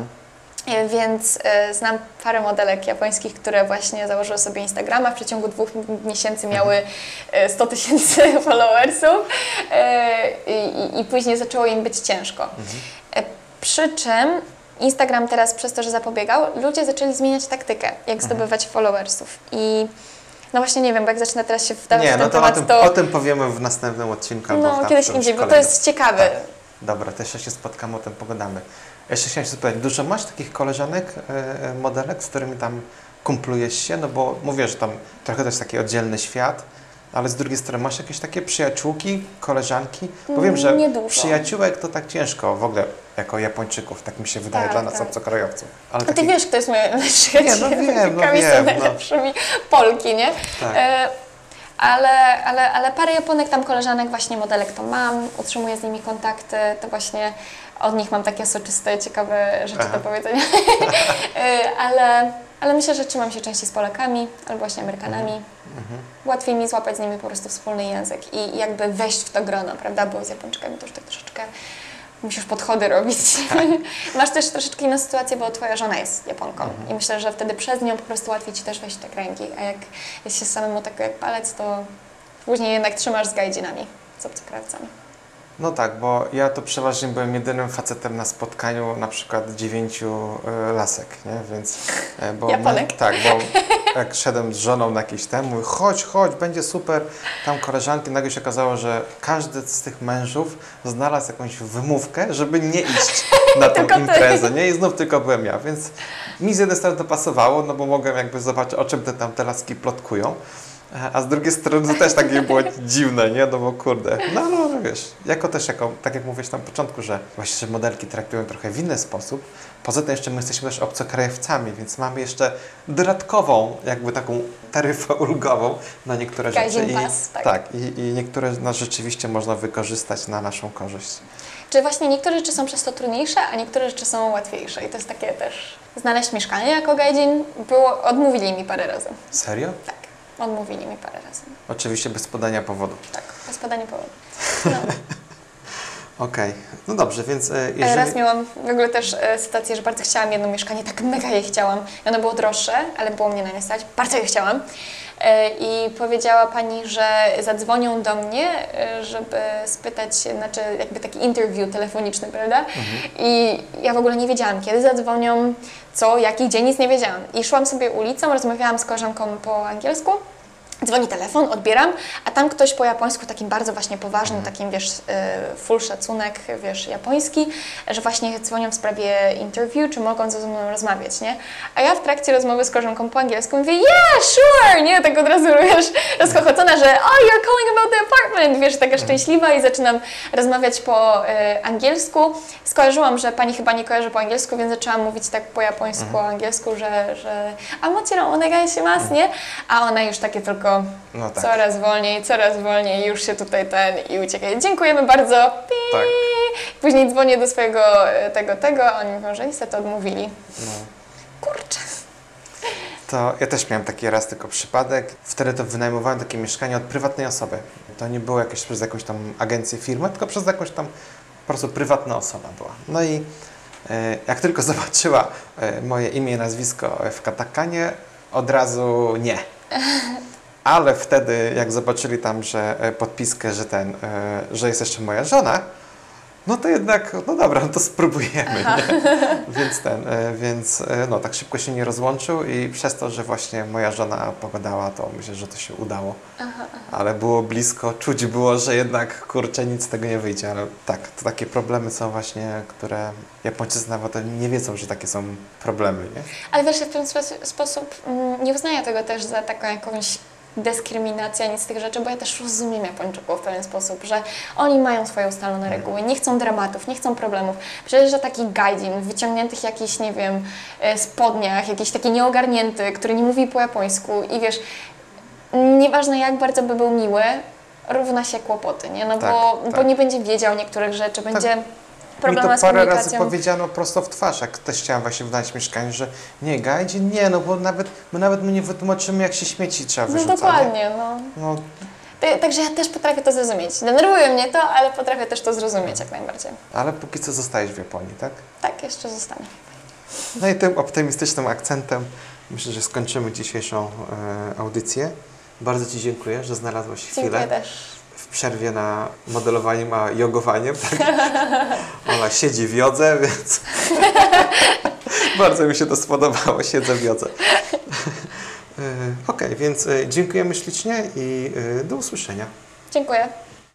Więc znam parę modelek japońskich, które właśnie założyły sobie Instagrama, w przeciągu 2 miesięcy miały 100 000 followersów i później zaczęło im być ciężko. Przy czym Instagram teraz przez to, że zapobiegał, ludzie zaczęli zmieniać taktykę, jak zdobywać followersów. I no właśnie nie wiem, bo jak zacznę teraz się wdawać w ten temat, to... O tym powiemy w następnym odcinku. No, kiedyś indziej, bo to jest ciekawe. Tak. Dobra, to jeszcze się spotkamy, o tym pogadamy. Jeszcze chciałem się zapytać, dużo masz takich koleżanek, modelek, z którymi tam kumplujesz się? No bo mówię, że tam trochę to jest taki oddzielny świat, ale z drugiej strony masz jakieś takie przyjaciółki, koleżanki? Bo wiem, że przyjaciółek to tak ciężko w ogóle jako Japończyków, tak mi się wydaje, dla nas obcokrajowców. Ale ty wiesz, kto jest moja najlepsza wiem, najlepszymi Polki, nie? Tak. Ale parę Japonek, tam koleżanek, właśnie modelek to mam, utrzymuję z nimi kontakty, to właśnie od nich mam takie soczyste, ciekawe rzeczy do powiedzenia. ale myślę, że trzymam się częściej z Polakami albo właśnie Amerykanami. Łatwiej mi złapać z nimi po prostu wspólny język i jakby wejść w to grono, prawda? Bo z Japończykami to już tak troszeczkę musisz podchody robić. Masz też troszeczkę inną sytuację, bo twoja żona jest Japonką i myślę, że wtedy przez nią po prostu łatwiej ci też wejść w te kręgi, a jak jest się samemu tak jak palec, to później jednak trzymasz z gajdzinami, z obcokrajowcami. No tak, bo ja to przeważnie byłem jedynym facetem na spotkaniu na przykład 9 lasek, nie? Więc... Japonek. Bo jak szedłem z żoną na jakiś ten, mówię, chodź, będzie super, tam koleżanki, nagle się okazało, że każdy z tych mężów znalazł jakąś wymówkę, żeby nie iść na tą imprezę, nie? I znów tylko byłem ja, więc mi z jednej strony to pasowało, no bo mogłem jakby zobaczyć, o czym te laski plotkują. A z drugiej strony to też takie było dziwne, nie? No bo kurde, no wiesz, tak jak mówiłeś na początku, że właśnie że modelki traktują trochę w inny sposób. Poza tym jeszcze my jesteśmy też obcokrajowcami, więc mamy jeszcze dodatkową jakby taką taryfę ulgową na niektóre rzeczy. I niektóre rzeczywiście można wykorzystać na naszą korzyść. Czy właśnie niektóre rzeczy są przez to trudniejsze, a niektóre rzeczy są łatwiejsze i to jest takie też... Znaleźć mieszkanie jako gaijin odmówili mi parę razy. Serio? Tak. Odmówili mi parę razy. Oczywiście bez podania powodu. Tak, bez podania powodu. No. Okej. No dobrze, więc jeżeli... Raz miałam w ogóle też sytuację, że bardzo chciałam jedno mieszkanie, tak mega je chciałam. I ono było droższe, ale było mnie na nie stać. Bardzo je chciałam. I powiedziała pani, że zadzwonią do mnie, żeby spytać się, znaczy jakby taki interview telefoniczny, prawda? I ja w ogóle nie wiedziałam, kiedy zadzwonią, co, jaki dzień, nic nie wiedziałam. I szłam sobie ulicą, rozmawiałam z koleżanką po angielsku. Dzwoni telefon, odbieram, a tam ktoś po japońsku, takim bardzo właśnie poważnym, takim, wiesz, full szacunek, wiesz, japoński, że właśnie dzwonią w sprawie interview, czy mogą ze mną rozmawiać, nie? A ja w trakcie rozmowy z koleżanką po angielsku mówię, yeah, sure, nie? Tak od razu, wiesz, rozchochocona, że oh, you're calling about the apartment, wiesz, taka szczęśliwa i zaczynam rozmawiać po angielsku. Skojarzyłam, że pani chyba nie kojarzy po angielsku, więc zaczęłam mówić tak po japońsku, po angielsku, że a mochiron onegai shimasu, nie? A ona już takie tylko no tak. coraz wolniej, już się tutaj i uciekaj. Dziękujemy bardzo. Tak. Później dzwonię do swojego tego, a oni mówią, że niestety odmówili. No. Kurczę. to ja też miałem taki raz tylko przypadek. Wtedy to wynajmowałem takie mieszkanie od prywatnej osoby. To nie było jakieś przez jakąś tam agencję, firmę, tylko przez jakąś tam po prostu prywatna osoba była. No i jak tylko zobaczyła moje imię i nazwisko w katakanie, od razu nie. Ale wtedy, jak zobaczyli tam, że podpiskę, że jest jeszcze moja żona, no to jednak, no dobra, no to spróbujemy, nie? Więc no tak szybko się nie rozłączył i przez to, że właśnie moja żona pogadała, to myślę, że to się udało. Ale było blisko, czuć było, że jednak, kurczę, nic z tego nie wyjdzie, ale tak, to takie problemy są właśnie, które Japończycy nawet nie wiedzą, że takie są problemy, nie? Ale wiesz, ja w pewien sposób nie uznaję tego też za taką jakąś dyskryminację, nic z tych rzeczy, bo ja też rozumiem Japończyków w pewien sposób, że oni mają swoje ustalone reguły, nie chcą dramatów, nie chcą problemów. Przecież, że taki gaijin w wyciągniętych jakichś, nie wiem, spodniach, jakiś taki nieogarnięty, który nie mówi po japońsku i wiesz, nieważne jak bardzo by był miły, równa się kłopoty, nie? No Tak, bo nie będzie wiedział niektórych rzeczy, będzie Mi problemy to z parę razy komunikacją. powiedziano prosto w twarz, jak też chciałam właśnie wynająć mieszkanie, że nie, gaijin, nie, no bo nawet my nie wytłumaczymy, jak się śmieci trzeba No wyrzucać. dokładnie, no. No, Także ja też potrafię to zrozumieć. Denerwuje mnie to, ale potrafię też to zrozumieć jak najbardziej. ale póki co zostajesz w Japonii, tak? Tak, jeszcze zostanę. No i tym optymistycznym akcentem myślę, że skończymy dzisiejszą audycję. Bardzo Ci dziękuję, że znalazłaś chwilę Dziękuję też. w przerwie na modelowaniem, a jogowaniem. Tak? Ola siedzi w jodze, więc bardzo mi się to spodobało, siedzę w jodze. Okej, więc dziękujemy ślicznie i do usłyszenia. Dziękuję.